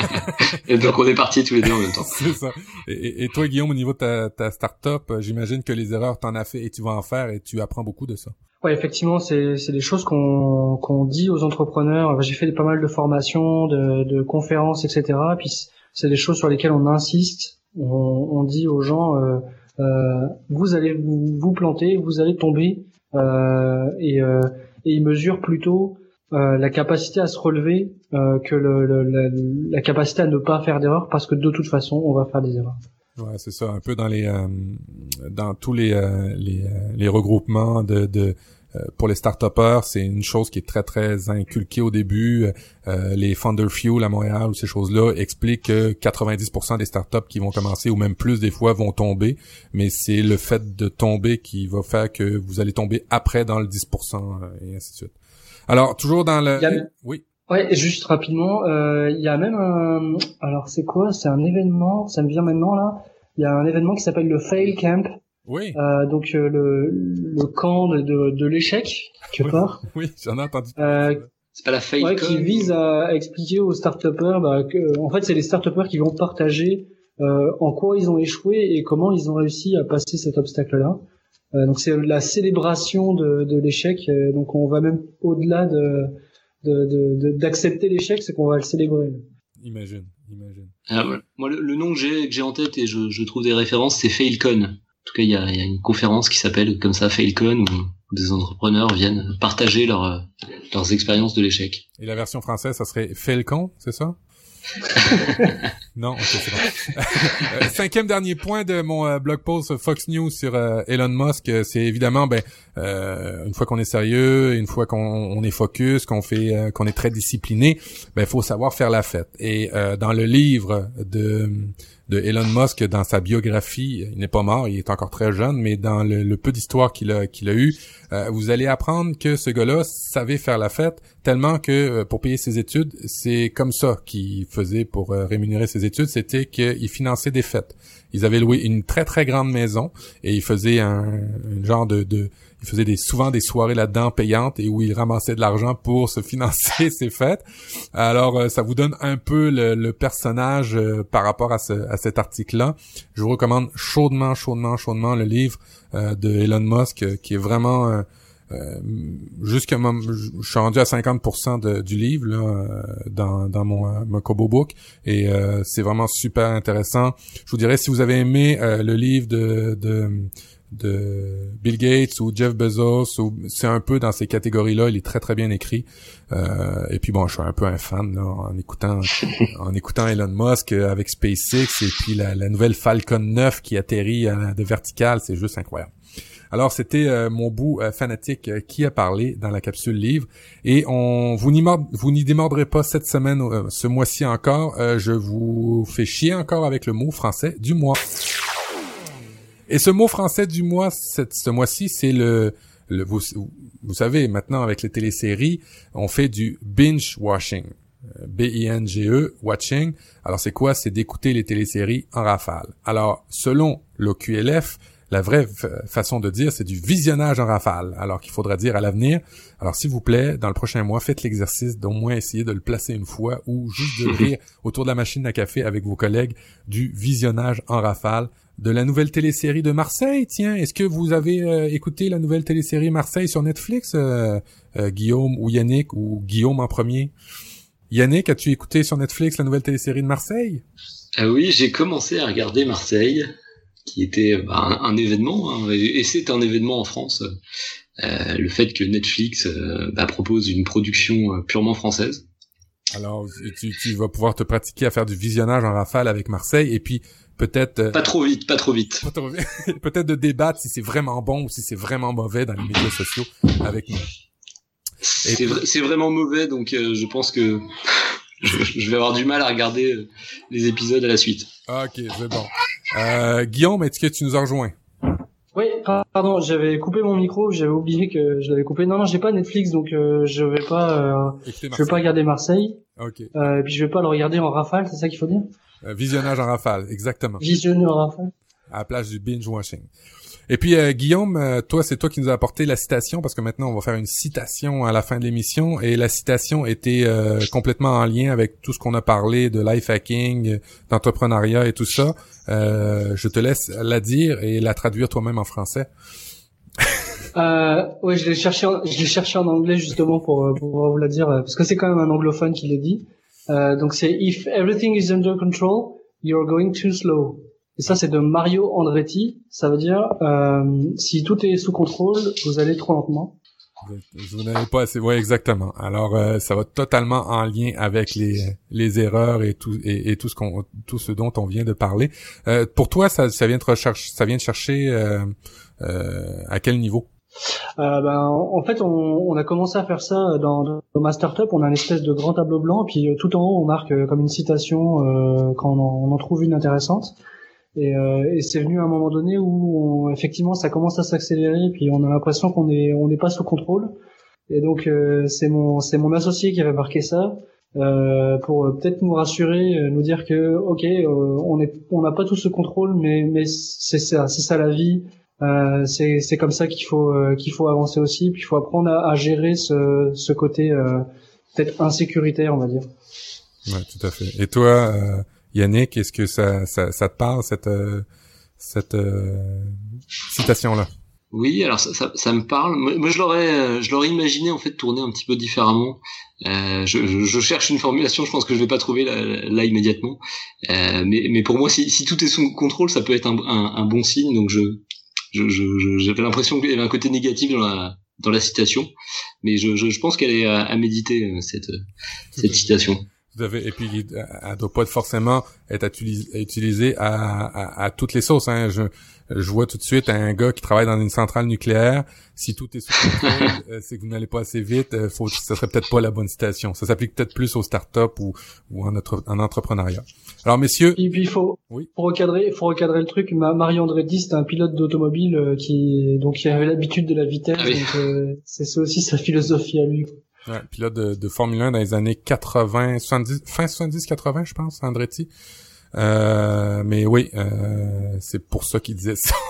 Et donc, on est partis tous les deux en même temps. C'est ça. Et, et toi, Guillaume, au niveau de ta, ta start-up, j'imagine que les erreurs, t'en as fait et tu vas en faire et tu apprends beaucoup de ça. Ouais, effectivement, c'est, c'est des choses qu'on, qu'on dit aux entrepreneurs. J'ai fait pas mal de formations, de, de conférences, et cetera. Puis, c'est des choses sur lesquelles on insiste. On, on dit aux gens, euh, euh, vous allez vous, vous planter, vous allez tomber, euh, et, euh, et ils mesurent plutôt euh, la capacité à se relever euh, que le, le, la, la capacité à ne pas faire d'erreurs, parce que de toute façon, on va faire des erreurs. Ouais, c'est ça, un peu dans les euh, dans tous les euh, les, les regroupements de, de euh, pour les start-upers, c'est une chose qui est très très inculquée au début. Euh, les Founder Fuel à Montréal ou ces choses-là expliquent que quatre-vingt-dix pour cent des startups qui vont commencer, ou même plus des fois, vont tomber, mais c'est le fait de tomber qui va faire que vous allez tomber après dans le dix pour cent et ainsi de suite. Alors toujours dans le a... oui. Ouais, juste rapidement, euh, il y a même un, alors c'est quoi, c'est un événement, ça me vient maintenant là, il y a un événement qui s'appelle le Fail Camp. Oui. Euh, donc euh, le, le camp de, de, de l'échec, quelque oui, part. Oui, j'en ai entendu. Euh, c'est pas la Fail ouais, Camp. Qui vise à, à expliquer aux start-upers, bah, que, en fait, c'est les start-upers qui vont partager euh, en quoi ils ont échoué et comment ils ont réussi à passer cet obstacle-là. Euh, donc c'est la célébration de, de l'échec. Euh, donc on va même au-delà de De, de, de, d'accepter l'échec, c'est qu'on va le célébrer. Imagine, imagine. Ah, voilà. Moi, le, le nom que j'ai, que j'ai en tête et je, je trouve des références, c'est Failcon. En tout cas, il y a, y a une conférence qui s'appelle comme ça Failcon, où des entrepreneurs viennent partager leur, leurs expériences de l'échec. Et la version française, ça serait Failcon, c'est ça? Non, ok, c'est bon. euh, cinquième dernier point de mon euh, blog post Fox News sur euh, Elon Musk, euh, c'est évidemment, ben, euh, une fois qu'on est sérieux, une fois qu'on on est focus, qu'on fait, euh, qu'on est très discipliné, ben, faut savoir faire la fête. Et euh, dans le livre de de Elon Musk, dans sa biographie, il n'est pas mort, il est encore très jeune, mais dans le, le peu d'histoire qu'il a qu'il a eu, euh, vous allez apprendre que ce gars-là savait faire la fête tellement que euh, pour payer ses études, c'est comme ça qu'il faisait pour euh, rémunérer ses études, c'était qu'il finançait des fêtes. Ils avaient loué une très très grande maison et il faisait un, un genre de, de il faisait des souvent des soirées là-dedans payantes et où il ramassait de l'argent pour se financer ses fêtes. Alors euh, ça vous donne un peu le, le personnage euh, par rapport à, ce, à cet article-là. Je vous recommande chaudement, chaudement, chaudement le livre euh, de Elon Musk euh, qui est vraiment euh, euh, jusqu'à mon, je suis rendu à cinquante pour cent de, du livre là euh, dans dans mon euh, mon Kobo Book et euh, c'est vraiment super intéressant. Je vous dirais si vous avez aimé euh, le livre de de de Bill Gates ou Jeff Bezos, ou c'est un peu dans ces catégories-là, il est très très bien écrit. Euh, et puis bon, je suis un peu un fan là, en écoutant en écoutant Elon Musk avec SpaceX et puis la, la nouvelle Falcon neuf qui atterrit à, de verticale, c'est juste incroyable. Alors c'était euh, mon bout euh, fanatique euh, qui a parlé dans la capsule livre et on vous n'y mord, vous n'y démordrez pas cette semaine, euh, ce mois-ci encore. Euh, je vous fais chier encore avec le mot français du mois. Et ce mot français du mois, cette, ce mois-ci, c'est le, le vous, vous savez, maintenant avec les téléséries, on fait du binge watching. B I N G E, watching. Alors c'est quoi? C'est d'écouter les téléséries en rafale. Alors, selon l'O Q L F, la vraie f- façon de dire, c'est du visionnage en rafale. Alors qu'il faudra dire à l'avenir. Alors s'il vous plaît, dans le prochain mois, faites l'exercice d'au moins essayer de le placer une fois ou juste de rire autour de la machine à café avec vos collègues du visionnage en rafale de la nouvelle télésérie de Marseille. Tiens, est-ce que vous avez euh, écouté la nouvelle télésérie Marseille sur Netflix, euh, euh, Guillaume ou Yannick, ou Guillaume en premier? Yannick, as-tu écouté sur Netflix la nouvelle télésérie de Marseille? Ah oui, j'ai commencé à regarder Marseille, qui était bah, un, un événement, hein, et, et c'est un événement en France. Euh, le fait que Netflix euh, bah, propose une production euh, purement française. Alors, tu, tu vas pouvoir te pratiquer à faire du visionnage en rafale avec Marseille, et puis peut-être... Euh, pas trop vite, pas trop vite. Pas trop vite. Peut-être de débattre si c'est vraiment bon ou si c'est vraiment mauvais dans les médias sociaux avec nous. C'est, puis... vra- c'est vraiment mauvais, donc euh, je pense que je, je vais avoir du mal à regarder euh, les épisodes à la suite. Ok, c'est bon. Euh, Guillaume, est-ce que tu nous as rejoint? Oui, pardon, j'avais coupé mon micro, j'avais oublié que je l'avais coupé. Non, non, j'ai pas Netflix, donc euh, je vais pas, euh, je vais pas regarder Marseille. Ok. Euh, et puis je vais pas le regarder en rafale, c'est ça qu'il faut dire? Euh, visionnage en rafale, exactement. Visionnage en rafale. À la place du binge watching. Et puis euh, Guillaume, euh, toi, c'est toi qui nous as apporté la citation parce que maintenant on va faire une citation à la fin de l'émission et la citation était euh, complètement en lien avec tout ce qu'on a parlé de life hacking, d'entrepreneuriat et tout ça. Euh, je te laisse la dire et la traduire toi-même en français. Euh, ouais, je l'ai cherché, en, je l'ai cherché en anglais justement pour, pour pouvoir vous la dire parce que c'est quand même un anglophone qui l'a dit. Euh, donc c'est If everything is under control, you're going too slow. Et ça, c'est de Mario Andretti. Ça veut dire, euh, si tout est sous contrôle, vous allez trop lentement. Vous n'avez pas assez. Ouais, exactement. Alors, euh, ça va totalement en lien avec les les erreurs et tout et, et tout ce qu'on tout ce dont on vient de parler. Euh, pour toi, ça ça vient de rechercher, ça vient de chercher euh, euh, à quel niveau? Euh, ben, en fait, on, on a commencé à faire ça dans, dans ma startup. On a une espèce de grand tableau blanc, puis euh, tout en haut, on marque euh, comme une citation euh, quand on en, on en trouve une intéressante. Et, euh, et c'est venu à un moment donné où on, effectivement ça commence à s'accélérer, puis on a l'impression qu'on est on n'est pas sous contrôle. Et donc euh, c'est mon c'est mon associé qui avait marqué ça euh, pour euh, peut-être nous rassurer, euh, nous dire que ok euh, on est on n'a pas tout ce contrôle, mais mais c'est ça c'est ça la vie. Euh, c'est c'est comme ça qu'il faut euh, qu'il faut avancer aussi, puis il faut apprendre à, à gérer ce ce côté euh, peut-être insécuritaire, on va dire. Ouais, tout à fait. Et toi, euh, Yannick, est-ce que ça ça, ça te parle cette euh, cette euh, citation là? Oui, alors ça, ça, ça me parle. Moi, je l'aurais, je l'aurais imaginé en fait tourner un petit peu différemment. Euh, je, je, je cherche une formulation, je pense que je vais pas trouver là, là immédiatement. Euh, mais, mais pour moi, si, si tout est sous contrôle, ça peut être un, un, un bon signe. Donc je, je, je, j'avais l'impression qu'il y avait un côté négatif dans la, dans la citation, mais je, je, je pense qu'elle est à, à méditer cette, cette citation. Tout à fait. Et puis, elle doit pas forcément être utilisée à, à, à toutes les sauces. Hein. Je, je vois tout de suite un gars qui travaille dans une centrale nucléaire. Si tout est sous contrôle, c'est que vous n'allez pas assez vite. Faut, ça serait peut-être pas la bonne citation. Ça s'applique peut-être plus aux startups ou, ou en, notre, en entrepreneuriat. Alors, messieurs. Et puis, il faut, oui. faut recadrer, faut recadrer le truc. Mario Andretti, c'était un pilote d'automobile euh, qui, donc, qui avait l'habitude de la vitesse. Ah oui. Donc, euh, c'est ça aussi sa philosophie à lui. Ouais, pilote de, de Formule un dans les années quatre-vingts, soixante-dix, fin soixante-dix quatre-vingts, je pense, Andretti. Euh, mais oui, euh, c'est pour ça qu'il disait ça.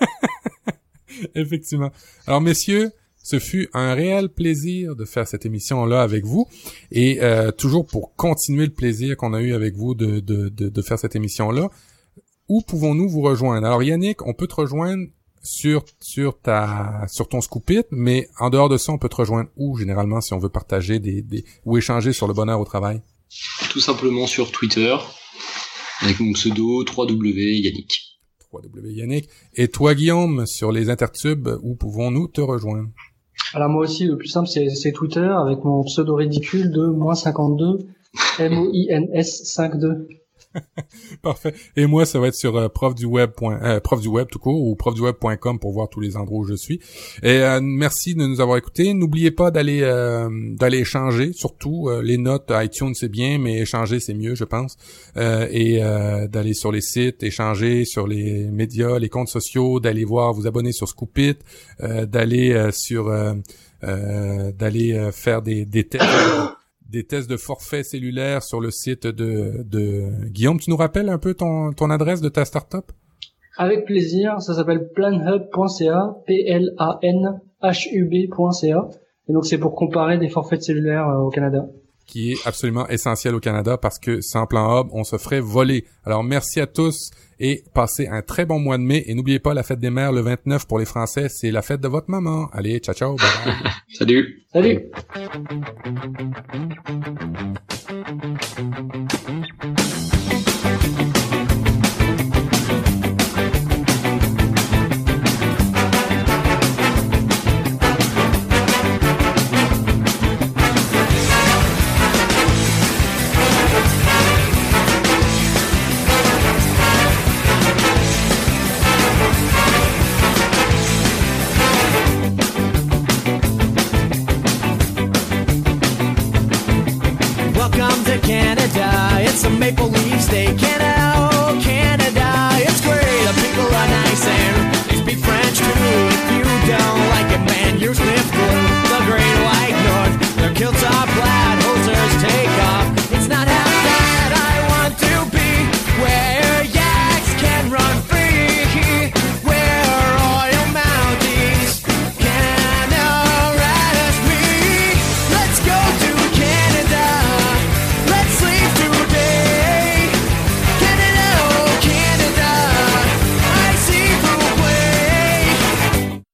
Effectivement. Alors, messieurs, ce fut un réel plaisir de faire cette émission-là avec vous. Et euh, toujours pour continuer le plaisir qu'on a eu avec vous de, de, de, de faire cette émission-là, où pouvons-nous vous rejoindre? Alors, Yannick, on peut te rejoindre sur sur ta sur ton Scoop It, mais en dehors de ça, on peut te rejoindre où généralement si on veut partager des des ou échanger sur le bonheur au travail? Tout simplement sur Twitter avec mon pseudo trois W Yannick. trois W Yannick. Et toi, Guillaume, sur les intertubes, où pouvons-nous te rejoindre? Alors moi aussi, le plus simple, c'est, c'est Twitter avec mon pseudo ridicule de moins cinquante-deux M O I N S cinquante-deux. Parfait. Et moi, ça va être sur euh, prof du web. Euh, prof du web tout court ou prof du web point com pour voir tous les endroits où je suis. Et euh, merci de nous avoir écoutés. N'oubliez pas d'aller euh, d'aller échanger, surtout euh, les notes iTunes c'est bien, mais échanger c'est mieux, je pense. Euh, et euh, d'aller sur les sites, échanger sur les médias, les comptes sociaux, d'aller voir, vous abonner sur Scoop It, euh, d'aller euh, sur euh, euh, d'aller euh, faire des des tests. des tests de forfait cellulaire sur le site de, de Guillaume. Tu nous rappelles un peu ton, ton adresse de ta start-up? Avec plaisir. Ça s'appelle planhub point c a, P L A N H U B point c a. Et donc, c'est pour comparer des forfaits cellulaires euh, au Canada. Qui est absolument essentiel au Canada parce que sans Plan Hub, on se ferait voler. Alors, merci à tous et passez un très bon mois de mai. Et n'oubliez pas, la fête des mères, le vingt-neuf pour les Français, c'est la fête de votre maman. Allez, ciao, ciao, bye bye. Salut. Salut.